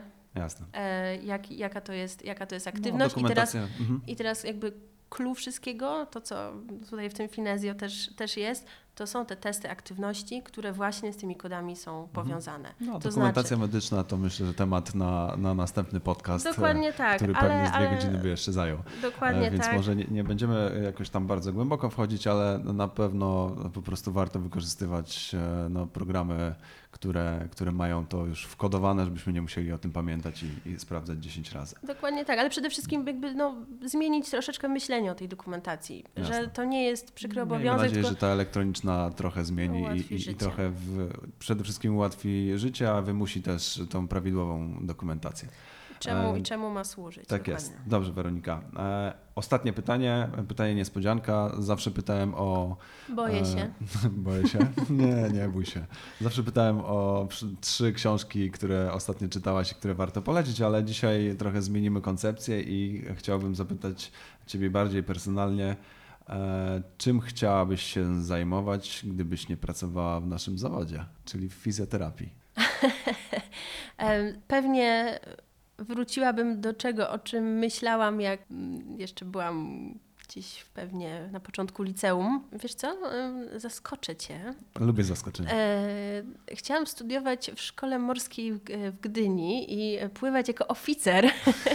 jaka to jest aktywność. I teraz jakby clue wszystkiego, to co tutaj w tym Finezjo też jest, to są te testy aktywności, które właśnie z tymi kodami są powiązane. No, dokumentacja medyczna to myślę, że temat na następny podcast, dokładnie tak, który pewnie z 2 godziny by jeszcze zajął. Dokładnie Więc tak. może nie będziemy jakoś tam bardzo głęboko wchodzić, ale na pewno po prostu warto wykorzystywać programy, które mają to już wkodowane, żebyśmy nie musieli o tym pamiętać i sprawdzać 10 razy. Dokładnie tak, ale przede wszystkim jakby zmienić troszeczkę myślenie o tej dokumentacji, że to nie jest przykry obowiązek. Mam nadzieję, że ta elektroniczna trochę zmieni i trochę przede wszystkim ułatwi życie, a wymusi też tą prawidłową dokumentację. Czemu ma służyć? Tak dokładnie. Jest. Dobrze, Weronika. Ostatnie pytanie niespodzianka. Zawsze pytałem o... Boję się. Boję się? Nie bój się. Zawsze pytałem o 3 książki, które ostatnio czytałaś i które warto polecić, ale dzisiaj trochę zmienimy koncepcję i chciałbym zapytać Ciebie bardziej personalnie, czym chciałabyś się zajmować, gdybyś nie pracowała w naszym zawodzie, czyli w fizjoterapii? Pewnie wróciłabym do czego, o czym myślałam, jak jeszcze byłam gdzieś pewnie na początku liceum. Wiesz co? Zaskoczę Cię. Lubię zaskoczenia. Chciałam studiować w szkole morskiej w Gdyni i pływać jako oficer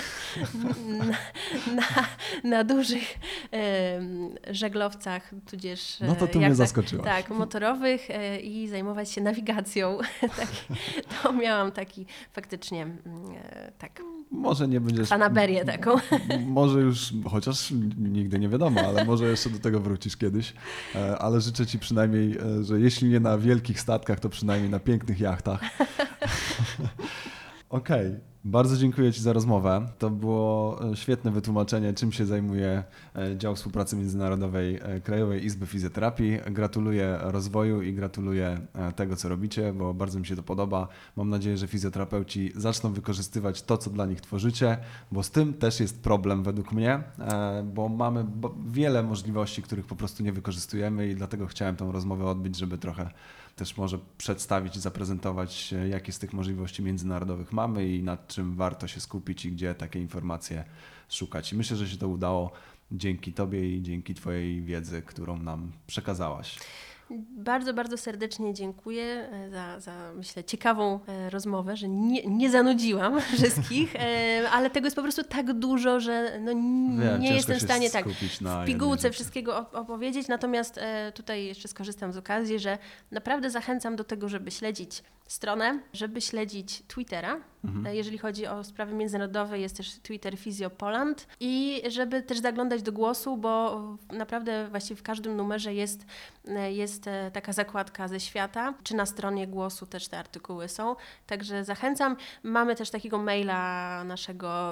na dużych żaglowcach, tudzież no to mnie zaskoczyłaś. Tak, motorowych i zajmować się nawigacją. To miałam taki faktycznie tak. Może nie będziesz... Fanaberię taką. Może już, chociaż nigdy nie wiadomo, ale może jeszcze do tego wrócisz kiedyś. Ale życzę Ci przynajmniej, że jeśli nie na wielkich statkach, to przynajmniej na pięknych jachtach. Okej. Bardzo dziękuję Ci za rozmowę. To było świetne wytłumaczenie, czym się zajmuje Dział Współpracy Międzynarodowej Krajowej Izby Fizjoterapii. Gratuluję rozwoju i gratuluję tego, co robicie, bo bardzo mi się to podoba. Mam nadzieję, że fizjoterapeuci zaczną wykorzystywać to, co dla nich tworzycie, bo z tym też jest problem według mnie, bo mamy wiele możliwości, których po prostu nie wykorzystujemy i dlatego chciałem tą rozmowę odbyć, żeby trochę też może przedstawić i zaprezentować, jakie z tych możliwości międzynarodowych mamy i nad czym warto się skupić i gdzie takie informacje szukać. I myślę, że się to udało dzięki Tobie i dzięki Twojej wiedzy, którą nam przekazałaś. Bardzo, bardzo serdecznie dziękuję za myślę, ciekawą rozmowę, że nie zanudziłam wszystkich, ale tego jest po prostu tak dużo, że nie jestem w stanie tak w pigułce wszystkiego opowiedzieć. Natomiast tutaj jeszcze skorzystam z okazji, że naprawdę zachęcam do tego, żeby śledzić stronę, żeby śledzić Twittera. Jeżeli chodzi o sprawy międzynarodowe, jest też Twitter Physio Poland i żeby też zaglądać do głosu, bo naprawdę właściwie w każdym numerze jest taka zakładka ze świata, czy na stronie głosu też te artykuły są. Także zachęcam. Mamy też takiego maila naszego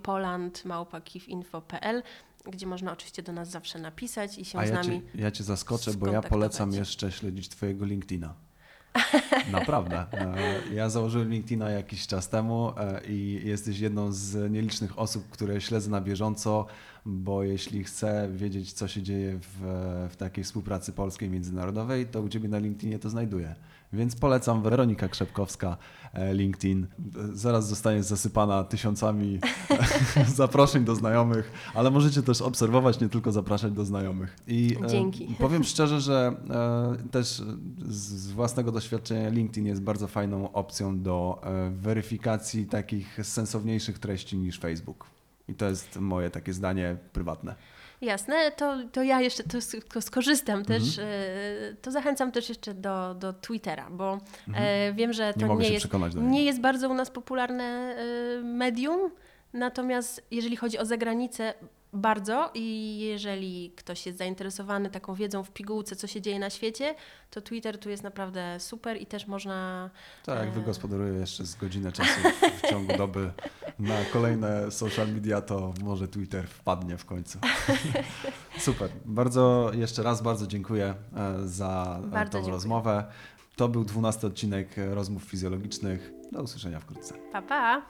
physiopoland@kifinfo.pl, gdzie można oczywiście do nas zawsze napisać i się z nami ja Cię zaskoczę, bo ja polecam jeszcze śledzić Twojego LinkedIna. Naprawdę. Ja założyłem LinkedIna jakiś czas temu i jesteś jedną z nielicznych osób, które śledzę na bieżąco, bo jeśli chcę wiedzieć, co się dzieje w takiej współpracy polskiej międzynarodowej, to u Ciebie na LinkedInie to znajduję. Więc polecam. Weronika Krzepkowska, LinkedIn. Zaraz zostanie zasypana tysiącami zaproszeń do znajomych, ale możecie też obserwować, nie tylko zapraszać do znajomych. I dzięki. Powiem szczerze, że też z własnego doświadczenia LinkedIn jest bardzo fajną opcją do weryfikacji takich sensowniejszych treści niż Facebook. I to jest moje takie zdanie prywatne. Jasne, to ja jeszcze to skorzystam też, to zachęcam też jeszcze do Twittera, bo wiem, że to nie jest bardzo u nas popularne medium, natomiast jeżeli chodzi o zagranicę, bardzo i jeżeli ktoś jest zainteresowany taką wiedzą w pigułce, co się dzieje na świecie, to Twitter tu jest naprawdę super i też można... Tak, jak wygospodaruję jeszcze z godzinę czasu w ciągu doby na kolejne social media, to może Twitter wpadnie w końcu. Super. Jeszcze raz bardzo dziękuję za tą rozmowę. To był 12 odcinek Rozmów Fizjologicznych. Do usłyszenia wkrótce. Pa, pa!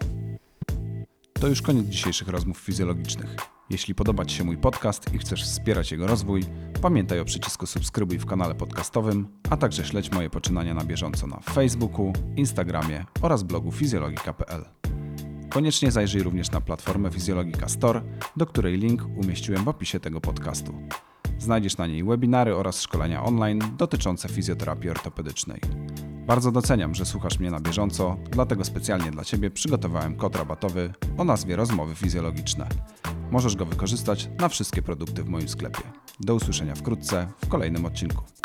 To już koniec dzisiejszych rozmów fizjologicznych. Jeśli podoba Ci się mój podcast i chcesz wspierać jego rozwój, pamiętaj o przycisku subskrybuj w kanale podcastowym, a także śledź moje poczynania na bieżąco na Facebooku, Instagramie oraz blogu fizjologika.pl. Koniecznie zajrzyj również na platformę Fizjologika Store, do której link umieściłem w opisie tego podcastu. Znajdziesz na niej webinary oraz szkolenia online dotyczące fizjoterapii ortopedycznej. Bardzo doceniam, że słuchasz mnie na bieżąco, dlatego specjalnie dla Ciebie przygotowałem kod rabatowy o nazwie Rozmowy Fizjologiczne. Możesz go wykorzystać na wszystkie produkty w moim sklepie. Do usłyszenia wkrótce w kolejnym odcinku.